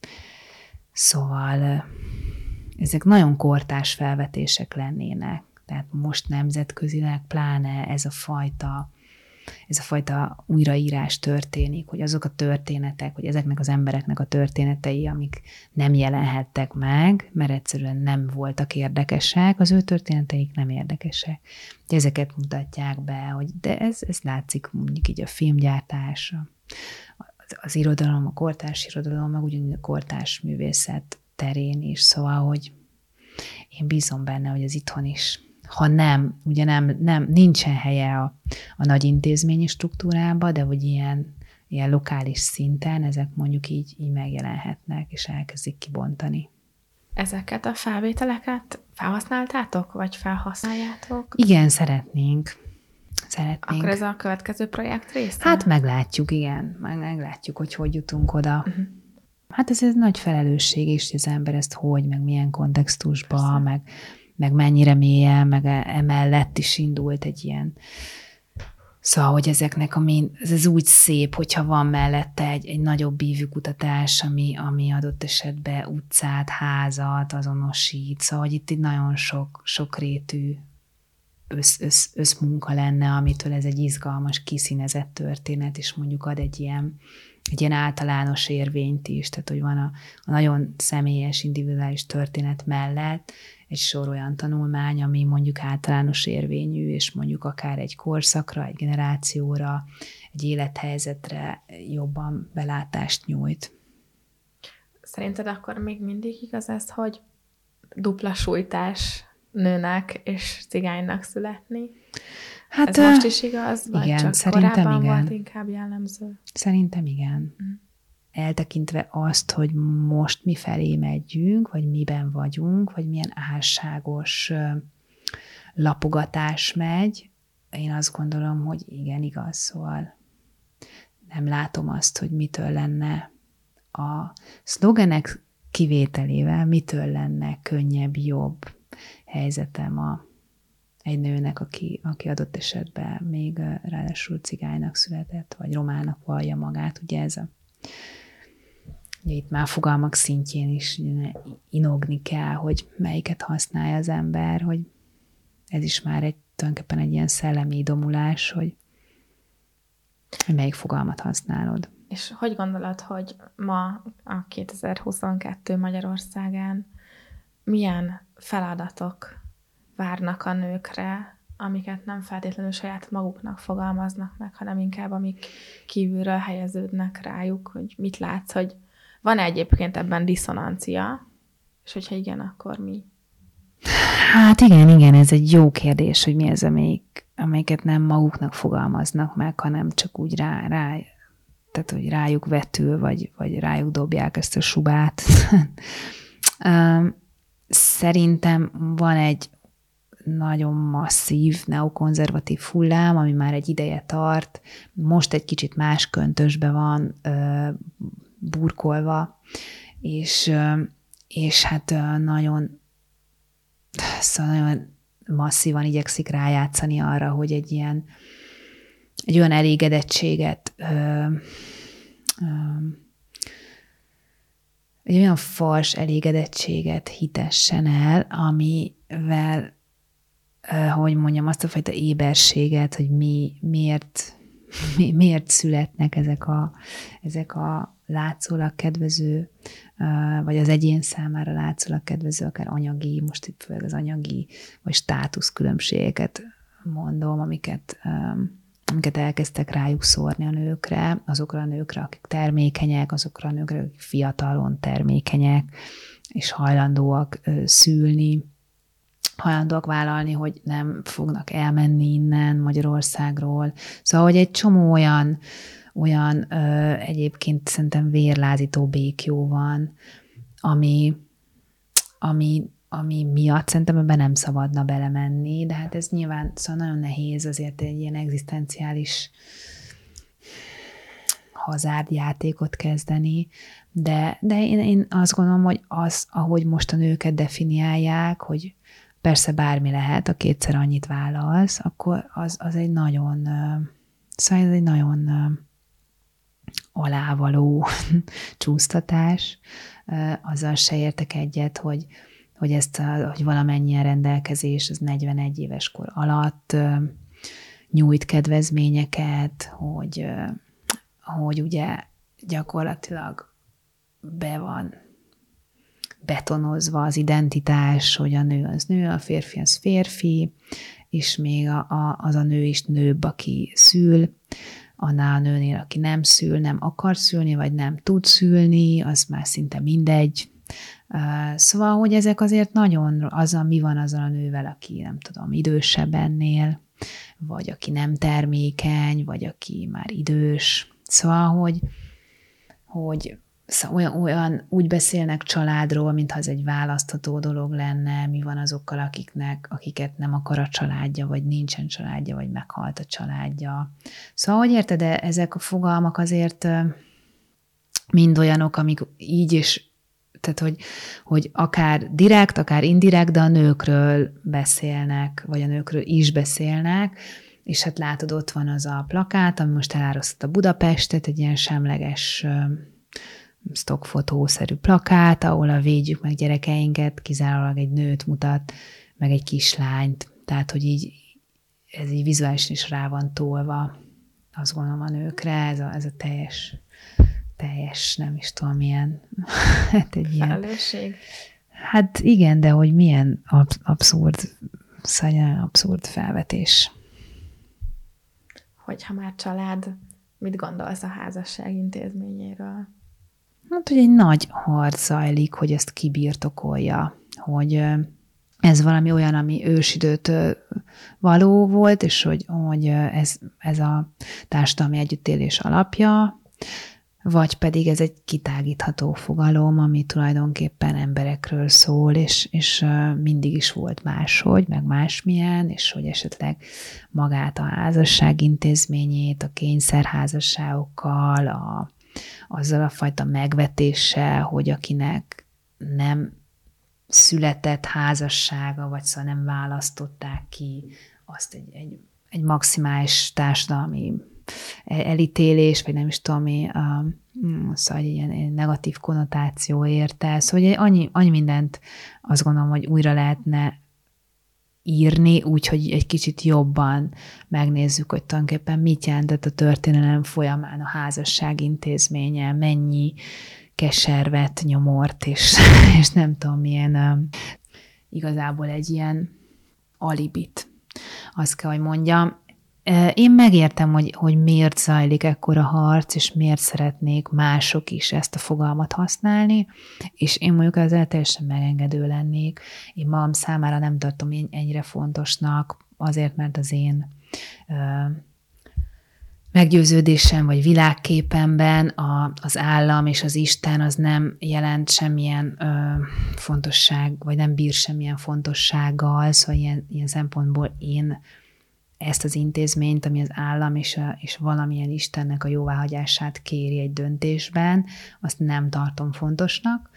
szóval ezek nagyon kortárs felvetések lennének. Tehát most nemzetközileg pláne ez a fajta, ez a fajta újraírás történik, hogy azok a történetek, hogy ezeknek az embereknek a történetei, amik nem jelenhettek meg, mert egyszerűen nem voltak érdekesek, az ő történeteik nem érdekesek. Ezeket mutatják be, hogy de ez, ez látszik mondjuk így a filmgyártás, az, az irodalom, a kortárs irodalom, meg ugyanúgy a kortárs művészet terén is, szóval, hogy én bízom benne, hogy az itthon is, ha nem, ugye nem, nem nincsen helye a, a nagy intézményi struktúrába, de hogy ilyen, ilyen lokális szinten ezek mondjuk így, így megjelenhetnek, és elkezdik kibontani. Ezeket a felvételeket felhasználtátok, vagy felhasználjátok? Igen, szeretnénk. Szeretnénk. Akkor ez a következő projekt része? Hát meglátjuk, igen. Meg, meglátjuk, hogy hogy jutunk oda. Uh-huh. Hát ez egy nagy felelősség is, hogy az ember ezt hogy, meg milyen kontextusban, meg meg mennyire mélyen, meg emellett is indult egy ilyen. Szóval, hogy ezeknek, ami, ez, ez úgy szép, hogyha van mellette egy, egy nagyobb ívű kutatás, ami, ami adott esetben utcát, házat azonosít. Szóval, hogy itt, itt nagyon sok, sokrétű össz, össz, összmunka lenne, amitől ez egy izgalmas, kiszínezett történet, és mondjuk ad egy ilyen, egy ilyen általános érvényt is. Tehát, hogy van a, a nagyon személyes, individuális történet mellett egy sor olyan tanulmány, ami mondjuk általános érvényű, és mondjuk akár egy korszakra, egy generációra, egy élethelyzetre jobban belátást nyújt. Szerinted akkor még mindig igaz ez, hogy dupla sújtás nőnek és cigánynak születni? Hát, ez most is igaz? Vagy igen, csak korábban igen. volt inkább jellemző? Szerintem igen. Mm. Eltekintve azt, hogy most mi felé megyünk, vagy miben vagyunk, vagy milyen álságos lapogatás megy, én azt gondolom, hogy igen, igaz, szóval nem látom azt, hogy mitől lenne a szlogenek kivételével, mitől lenne könnyebb, jobb helyzetem a, egy nőnek, aki, aki adott esetben még ráadásul cigánynak született, vagy romának vallja magát, ugye ez a ugye itt már fogalmak szintjén is inogni kell, hogy melyiket használja az ember, hogy ez is már egy, tulajdonképpen egy ilyen szellemi idomulás, hogy, hogy melyik fogalmat használod. És hogy gondolod, hogy ma a kétezer-huszonkettő Magyarországán milyen feladatok várnak a nőkre, amiket nem feltétlenül saját maguknak fogalmaznak meg, hanem inkább amik kívülről helyeződnek rájuk, hogy mit látsz, hogy van-e egyébként ebben diszonancia, és hogyha igen, akkor mi? Hát igen, igen, ez egy jó kérdés, hogy mi az, amelyik, amelyiket nem maguknak fogalmaznak meg, hanem csak úgy rá, rá tehát, hogy rájuk vetül, vagy, vagy rájuk dobják ezt a subát. Szerintem van egy nagyon masszív neokonzervatív hullám, ami már egy ideje tart, most egy kicsit más köntösbe van ö, burkolva, és, ö, és hát ö, nagyon, szóval nagyon masszívan igyekszik rájátszani arra, hogy egy ilyen, egy olyan elégedettséget, ö, ö, egy olyan fals elégedettséget hitessen el, amivel hogy mondjam, azt a fajta éberséget, hogy mi, miért, mi, miért születnek ezek a, ezek a látszólag kedvező, vagy az egyén számára látszólag kedvező, akár anyagi, most itt főleg az anyagi, vagy státusz különbségeket mondom, amiket, amiket elkezdtek rájuk szórni a nőkre, azokra a nőkre, akik termékenyek, azokra a nőkre, akik fiatalon termékenyek, és hajlandóak szülni, hajlandóak vállalni, hogy nem fognak elmenni innen Magyarországról. Szóval, hogy egy csomó olyan, olyan ö, egyébként szerintem vérlázító béklyó van, ami, ami, ami miatt szerintem ebben nem szabadna belemenni, de hát ez nyilván szóval nagyon nehéz azért egy ilyen egzisztenciális hazárdjátékot kezdeni, de, de én, én azt gondolom, hogy az, ahogy most a nőket definiálják, hogy persze bármi lehet, a kétszer annyit válasz, akkor az, az egy nagyon, szóval ez egy nagyon alávaló csúsztatás. Azzal se értek egyet, hogy, hogy, ezt a, hogy valamennyien rendelkezés az negyvenegy éves kor alatt nyújt kedvezményeket, hogy, hogy ugye gyakorlatilag be van betonozva az identitás, hogy a nő az nő, a férfi az férfi, és még a, a, az a nő is nőbb, aki szül, annál a nőnél, aki nem szül, nem akar szülni, vagy nem tud szülni, az már szinte mindegy. Szóval, hogy ezek azért nagyon, az, mi van azzal a nővel, aki nem tudom, idősebb ennél, vagy aki nem termékeny, vagy aki már idős. Szóval, hogy, hogy Szóval olyan, olyan, úgy beszélnek családról, mintha ez egy választható dolog lenne, mi van azokkal, akiknek, akiket nem akar a családja, vagy nincsen családja, vagy meghalt a családja. Szóval, hogy érted, de ezek a fogalmak azért mind olyanok, amik így is tehát hogy, hogy akár direkt, akár indirekt, de a nőkről beszélnek, vagy a nőkről is beszélnek, és hát látod, ott van az a plakát, ami most elárasztott a Budapestet, egy ilyen semleges stockfotószerű plakát, ahol a Védjük meg gyerekeinket kizárólag egy nőt mutat, meg egy kislányt. Tehát, hogy így ez így vizuálisan is rá van tolva, azt gondolom, a nőkre, ez a, ez a teljes, teljes, nem is tudom, milyen. Hát egy ilyen, felelősség. Hát igen, de hogy milyen abszurd, szóval abszurd felvetés. Hogyha már család, mit gondolsz a házasság intézményéről? Hát, hogy egy nagy harc zajlik, hogy ezt kibirtokolja, hogy ez valami olyan, ami ősidőtől való volt, és hogy, hogy ez, ez a társadalmi együttélés alapja, vagy pedig ez egy kitágítható fogalom, ami tulajdonképpen emberekről szól, és, és mindig is volt máshogy, meg másmilyen, és hogy esetleg magát a házasság intézményét, a kényszerházasságokkal, a, azzal a fajta megvetéssel, hogy akinek nem született házassága, vagy szóval nem választották ki, azt egy, egy, egy maximális társadalmi elítélés, vagy nem is tudom mi, a, szóval egy ilyen negatív konnotáció érte. Szóval hogy annyi, annyi mindent azt gondolom, hogy újra lehetne írni, úgyhogy egy kicsit jobban megnézzük, hogy tulajdonképpen mit jelentett a történelem folyamán a házasság intézménye, mennyi keservet, nyomort, és, és nem tudom milyen, uh, igazából egy ilyen alibit. Azt kell, hogy mondjam. Én megértem, hogy, hogy miért zajlik ekkora harc, és miért szeretnék mások is ezt a fogalmat használni, és én mondjuk ezzel teljesen megengedő lennék. Én magam számára nem tartom ennyire fontosnak, azért, mert az én uh, meggyőződésem, vagy világképemben a, az állam és az Isten az nem jelent semmilyen ö, fontosság, vagy nem bír semmilyen fontossággal, szóval ilyen, ilyen szempontból én ezt az intézményt, ami az állam és, a, és valamilyen Istennek a jóváhagyását kéri egy döntésben, azt nem tartom fontosnak,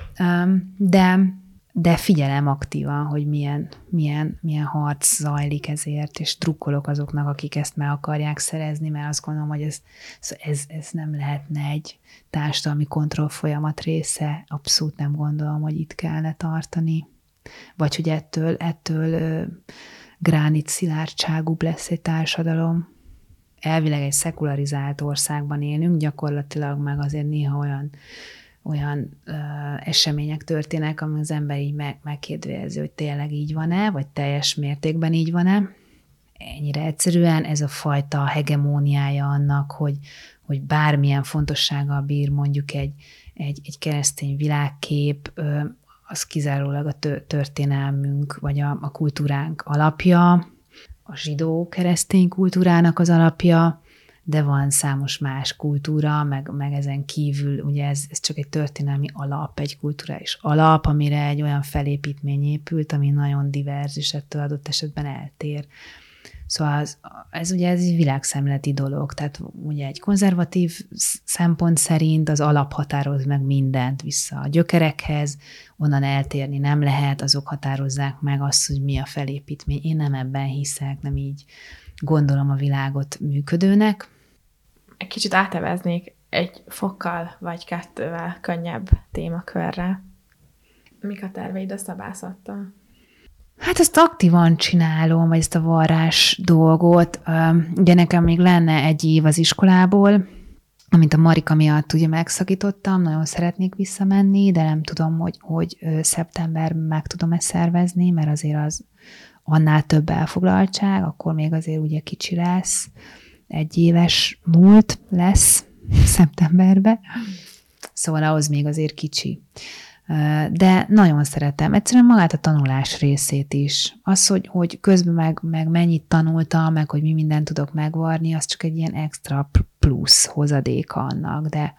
de, de figyelem aktívan, hogy milyen, milyen, milyen harc zajlik ezért, és drukkolok azoknak, akik ezt meg akarják szerezni, mert azt gondolom, hogy ez, ez, ez nem lehetne egy társadalmi kontrollfolyamat része, abszolút nem gondolom, hogy itt kellene tartani, vagy hogy ettől, ettől gránit szilárdságúbb lesz egy társadalom. Elvileg egy szekularizált országban élünk, gyakorlatilag meg azért néha olyan, olyan ö, események történnek, ami az ember így meg, megkérdőjelezi, hogy tényleg így van-e, vagy teljes mértékben így van-e. Ennyire egyszerűen ez a fajta hegemóniája annak, hogy, hogy bármilyen fontossággal bír mondjuk egy, egy, egy keresztény világkép, ö, az kizárólag a történelmünk, vagy a, a kultúránk alapja, a zsidó keresztény kultúrának az alapja, de van számos más kultúra, meg, meg ezen kívül, ugye ez, ez csak egy történelmi alap, egy kulturális alap, amire egy olyan felépítmény épült, ami nagyon divers, és ettől adott esetben eltér. Szóval az, ez ugye ez egy világszemléleti dolog, tehát ugye egy konzervatív szempont szerint az alap határoz meg mindent vissza a gyökerekhez, onnan eltérni nem lehet, azok határozzák meg azt, hogy mi a felépítmény. Én nem ebben hiszek, nem így gondolom a világot működőnek. Egy kicsit áteveznék egy fokkal vagy kettővel könnyebb témakörre. Mik a terveid a szabászattal? Hát ezt aktívan csinálom, vagy ezt a varrás dolgot. Ugye nekem még lenne egy év az iskolából, amit a Marika miatt ugye megszakítottam, nagyon szeretnék visszamenni, de nem tudom, hogy, hogy szeptemberben meg tudom-e szervezni, mert azért az annál több elfoglaltság, akkor még azért ugye kicsi lesz, egy éves múlt lesz szeptemberben, szóval ahhoz még azért kicsi. De nagyon szeretem. Egyszerűen magát a tanulás részét is. Az, hogy, hogy közben meg, meg mennyit tanultam, meg hogy mi mindent tudok megvarni, az csak egy ilyen extra plusz hozadéka annak, de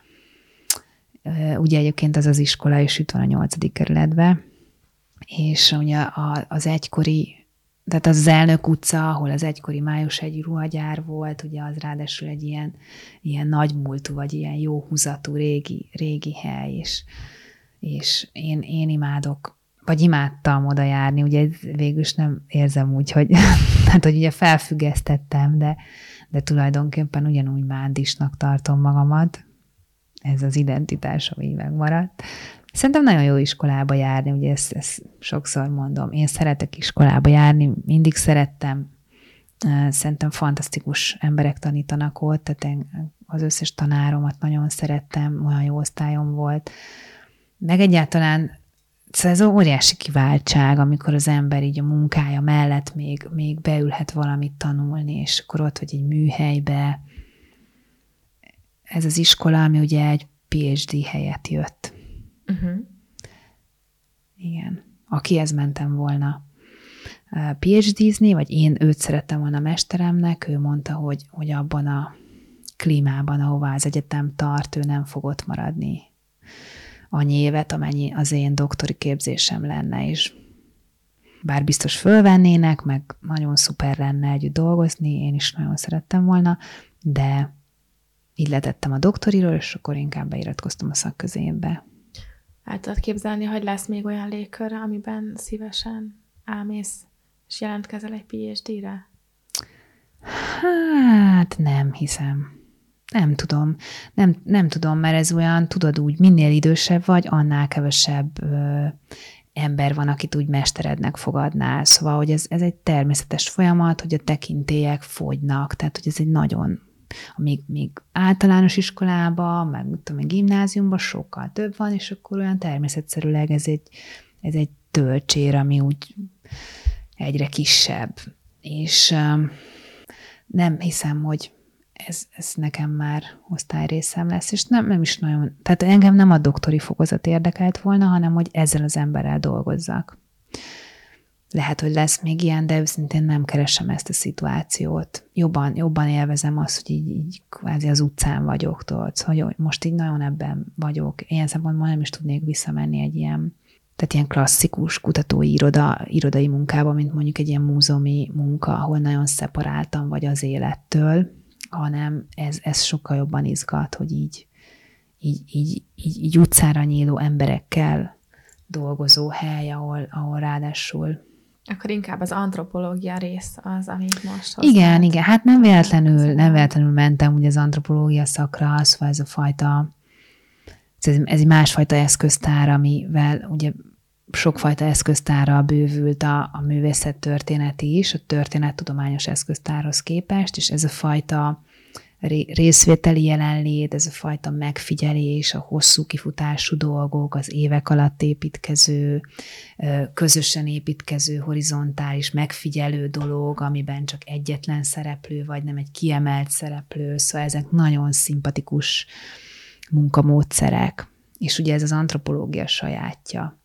ugye egyébként az az iskola is itt van a nyolcadik kerületben, és ugye az egykori, tehát az, az Elnök utca, ahol az egykori Május egy ruhagyár volt, ugye az ráadásul egy ilyen, ilyen nagymúltú, vagy ilyen jó húzatú régi, régi hely, és és én, én imádok, vagy imádtam oda járni, ugye végül is nem érzem úgy, hogy, hát, hogy ugye felfüggesztettem, de, de tulajdonképpen ugyanúgy mándisnak tartom magamat. Ez az identitásom így megmaradt. Szerintem nagyon jó iskolába járni, ugye ezt, ezt sokszor mondom. Én szeretek iskolába járni, mindig szerettem. Szerintem fantasztikus emberek tanítanak ott, tehát én az összes tanáromat nagyon szerettem, olyan jó osztályom volt. Meg egyáltalán szóval ez óriási kiváltság, amikor az ember így a munkája mellett még, még beülhet valamit tanulni, és akkor ott vagy egy műhelybe. Ez az iskola, ami ugye egy pé há dé helyett jött. Uh-huh. Igen. Akihez mentem volna pé há dé-zni, vagy én őt szerettem volna mesteremnek, ő mondta, hogy, hogy abban a klímában, ahová az egyetem tart, ő nem fog ott maradni annyi évet, amennyi az én doktori képzésem lenne, és bár biztos fölvennének, meg nagyon szuper lenne együtt dolgozni, én is nagyon szerettem volna, de így letettem a doktoriról, és akkor inkább beiratkoztam a szakközépbe. El tudod képzelni, hogy lesz még olyan légkör, amiben szívesen elmész, és jelentkezel egy pé há dé-re? Hát nem hiszem. Nem tudom. Nem, nem tudom, mert ez olyan, tudod úgy, minél idősebb vagy, annál kevesebb ö, ember van, akit úgy mesterednek fogadnál. Szóval, hogy ez, ez egy természetes folyamat, hogy a tekintélyek fogynak, tehát, hogy ez egy nagyon, még, még általános iskolában, meg tudom, gimnáziumban sokkal több van, és akkor olyan természetszerűleg ez egy, ez egy tölcsér, ami úgy egyre kisebb. És ö, nem hiszem, hogy Ez, ez nekem már osztályrészem lesz, és nem, nem is nagyon, tehát engem nem a doktori fokozat érdekelt volna, hanem hogy ezzel az emberrel dolgozzak. Lehet, hogy lesz még ilyen, de őszintén nem keresem ezt a szituációt. Jobban, jobban élvezem azt, hogy így, így kvázi az utcán vagyok, tudod, hogy most így nagyon ebben vagyok. Ilyen szempontból nem is tudnék visszamenni egy ilyen, tehát ilyen klasszikus kutatói iroda, irodai munkába, mint mondjuk egy ilyen múzeumi munka, ahol nagyon szeparáltan vagy az élettől, hanem ez, ez sokkal jobban izgat, hogy így, így, így, így, így utcára nyíló emberekkel dolgozó hely, ahol, ahol ráadásul... Akkor inkább az antropológia rész az, amit most hoztál. Igen, igen, hát nem véletlenül, nem véletlenül mentem ugye az antropológia szakra, szóval ez a fajta, ez, ez egy másfajta eszköztár, amivel ugye sokfajta eszköztárral bővült a, a művészettörténeti is, a történettudományos eszköztárhoz képest, és ez a fajta részvételi jelenlét, ez a fajta megfigyelés, a hosszú kifutású dolgok, az évek alatt építkező, közösen építkező, horizontális, megfigyelő dolog, amiben csak egyetlen szereplő, vagy nem egy kiemelt szereplő, szóval ezek nagyon szimpatikus munkamódszerek, és ugye ez az antropológia sajátja.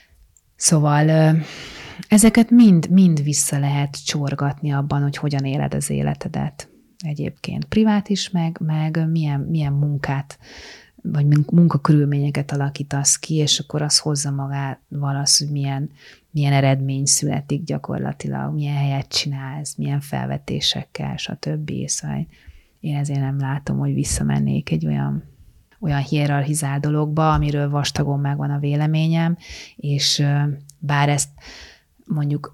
Szóval ezeket mind, mind vissza lehet csorgatni abban, hogy hogyan éled az életedet. Egyébként privát is, meg, meg milyen, milyen munkát, vagy munkakörülményeket alakítasz ki, és akkor az hozza magával az, hogy milyen, milyen eredmény születik gyakorlatilag, milyen helyet csinálsz, milyen felvetésekkel, stb. Szóval én ezért nem látom, hogy visszamennék egy olyan olyan hierarchizált dologba, amiről vastagon megvan a véleményem, és bár ezt mondjuk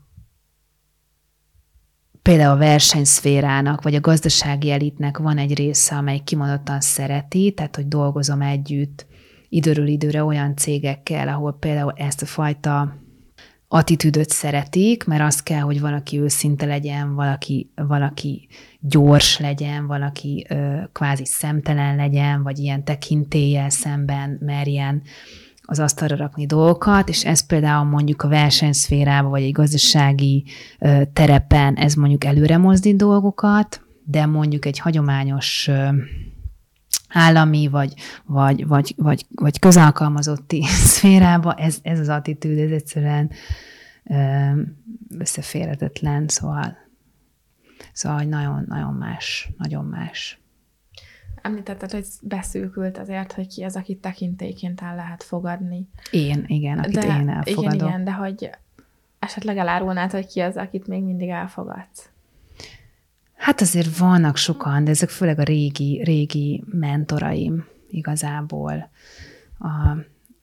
például a versenyszférának, vagy a gazdasági elitnek van egy része, amely kimondottan szereti, tehát hogy dolgozom együtt időről időre olyan cégekkel, ahol például ezt a fajta attitűdöt szeretik, mert azt kell, hogy valaki őszinte legyen, valaki, valaki gyors legyen, valaki ö, kvázi szemtelen legyen, vagy ilyen tekintéllyel szemben merjen az asztalra rakni dolgokat, és ez például mondjuk a versenyszférában, vagy egy gazdasági ö, terepen, ez mondjuk előre mozdít dolgokat, de mondjuk egy hagyományos ö, állami, vagy, vagy, vagy, vagy, vagy közalkalmazotti szférába, ez, ez az attitűd, ez egyszerűen ö, összeférhetetlen, szóval, szóval nagyon, nagyon más, nagyon más. Említetted, hogy beszűkült azért, hogy ki az, akit tekintélyként el lehet fogadni. Én, igen, akit de, én elfogadok. Igen, igen, de hogy esetleg elárulnád, hogy ki az, akit még mindig elfogadsz? Hát azért vannak sokan, de ezek főleg a régi, régi mentoraim igazából. A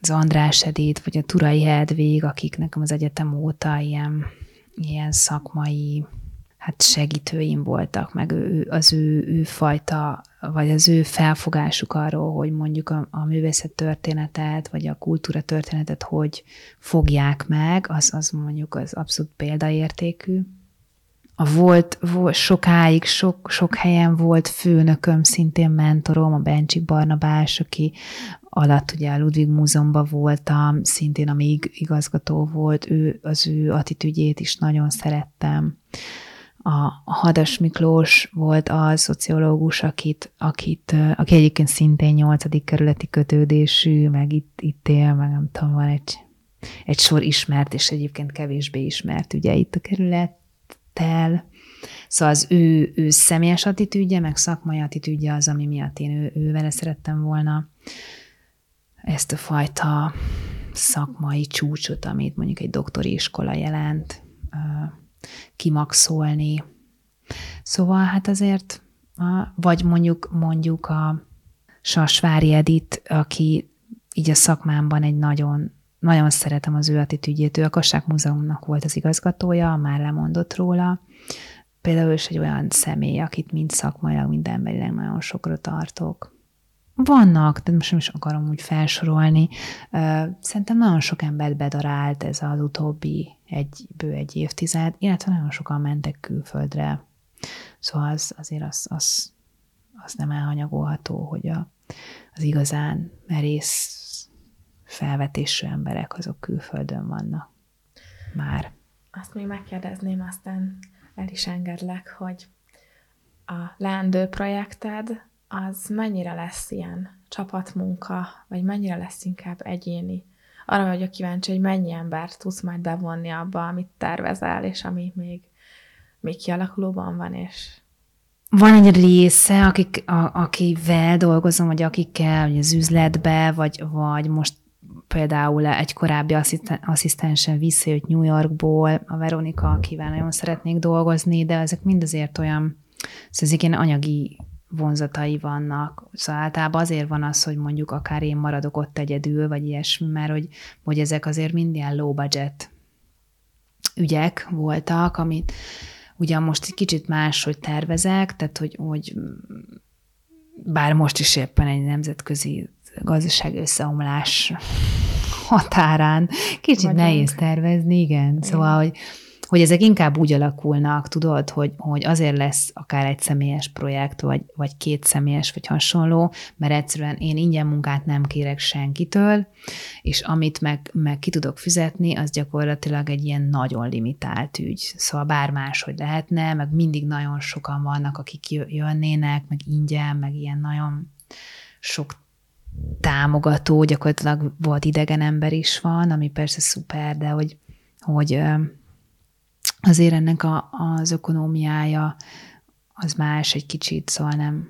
az András Edith, vagy a Turai Hedvig, akik nekem az egyetem óta ilyen, ilyen szakmai hát segítőim voltak, meg ő, az ő, ő fajta, vagy az ő felfogásuk arról, hogy mondjuk a, a művészettörténetet, vagy a kultúratörténetet hogy fogják meg, az, az mondjuk az abszolút példaértékű. A volt, volt sokáig, sok, sok helyen volt főnököm, szintén mentorom, a Bencsik Barnabás, aki alatt ugye a Ludwig Múzeumban voltam, szintén amíg igazgató volt, ő, az ő attitűdjét is nagyon szerettem. A Hadas Miklós volt a szociológus, akit, akit, aki egyébként szintén nyolcadik kerületi kötődésű, meg itt, itt él, meg nem tudom, van egy, egy sor ismert, és egyébként kevésbé ismert ugye itt a kerülettel. Szóval az ő, ő személyes attitűdje, meg szakmai attitűdje az, ami miatt én ő, ő vele szerettem volna ezt a fajta szakmai csúcsot, amit mondjuk egy doktori iskola jelent, kimaxolni. Szóval hát azért, vagy mondjuk, mondjuk a Sasvári Edith, aki így a szakmámban egy nagyon, nagyon szeretem az ő attitűdjét, ő a Kassák Múzeumnak volt az igazgatója, már lemondott róla. Például is egy olyan személy, akit mind szakmailag, mind emberileg nagyon sokra tartok. Vannak, de most nem is akarom úgy felsorolni. Szerintem nagyon sok embert bedarált ez az utóbbi egy, bő egy évtized, illetve nagyon sokan mentek külföldre. Szóval az, azért az, az, az nem elhanyagolható, hogy a, az igazán merész felvetésű emberek azok külföldön vannak már. Azt még megkérdezném, aztán el is engedlek, hogy a leendő projekted az mennyire lesz ilyen csapatmunka, vagy mennyire lesz inkább egyéni? Arra vagyok kíváncsi, hogy mennyi embert tudsz majd bevonni abba, amit tervezel, és ami még, még kialakulóban van, és... Van egy része, akik, a, akivel dolgozom, vagy akikkel, vagy az üzletbe, vagy, vagy most például egy korábbi asszisztensen visszajött New Yorkból, a Veronika, akivel nagyon szeretnék dolgozni, de ezek mind azért olyan, szóval ezek ilyen anyagi vonzatai vannak. Szóval általában azért van az, hogy mondjuk akár én maradok ott egyedül, vagy ilyesmi, mert hogy, hogy ezek azért mind ilyen low budget ügyek voltak, amit ugyan most egy kicsit máshogy tervezek, tehát hogy, hogy bár most is éppen egy nemzetközi gazdaság összeomlás határán kicsit Vagyunk. nehéz tervezni, igen. igen. Szóval, hogy hogy ezek inkább úgy alakulnak, tudod, hogy, hogy azért lesz akár egy személyes projekt, vagy, vagy két személyes, vagy hasonló, mert egyszerűen én ingyen munkát nem kérek senkitől, és amit meg, meg ki tudok fizetni, az gyakorlatilag egy ilyen nagyon limitált ügy. Szóval bár máshogy lehetne, meg mindig nagyon sokan vannak, akik jönnének, meg ingyen, meg ilyen nagyon sok támogató, gyakorlatilag volt idegen ember is van, ami persze szuper, de hogy, hogy azért ennek a, az ökonómiája az más egy kicsit, szóval nem,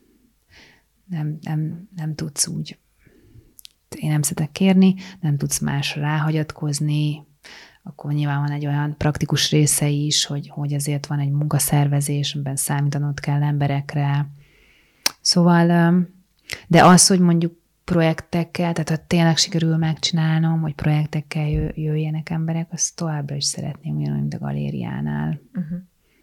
nem, nem, nem tudsz úgy, én nem szeretek kérni, nem tudsz másra ráhagyatkozni, akkor nyilván van egy olyan praktikus része is, hogy, hogy azért van egy munkaszervezés, amiben számítanod kell emberekre. Szóval, de az, hogy mondjuk projektekkel, tehát ha tényleg sikerül megcsinálnom, hogy projektekkel jöjjenek emberek, azt továbbra is szeretném ugyanúgy, mint a galériánál. Uh-huh.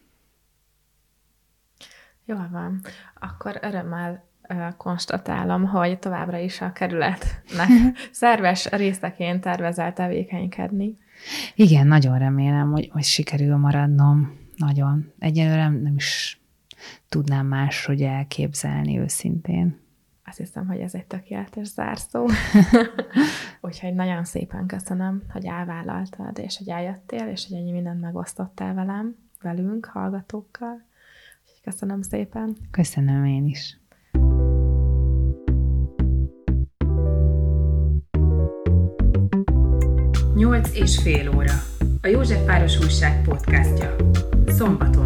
Jól van. Akkor örömmel uh, konstatálom, hogy továbbra is a kerületnek szerves részeként tervezel tevékenykedni. Igen, nagyon remélem, hogy, hogy sikerül maradnom. Nagyon. Egyelőre nem is tudnám máshogy elképzelni őszintén. Azt hiszem, hogy ez egy tökéletes zárszó. Úgyhogy nagyon szépen köszönöm, hogy elvállaltad, és hogy eljöttél, és hogy ennyi mindent megosztottál velem, velünk, hallgatókkal. Úgyhogy köszönöm szépen. Köszönöm én is. Nyolc és fél óra. A Józsefváros Újság podcastja. Szombaton.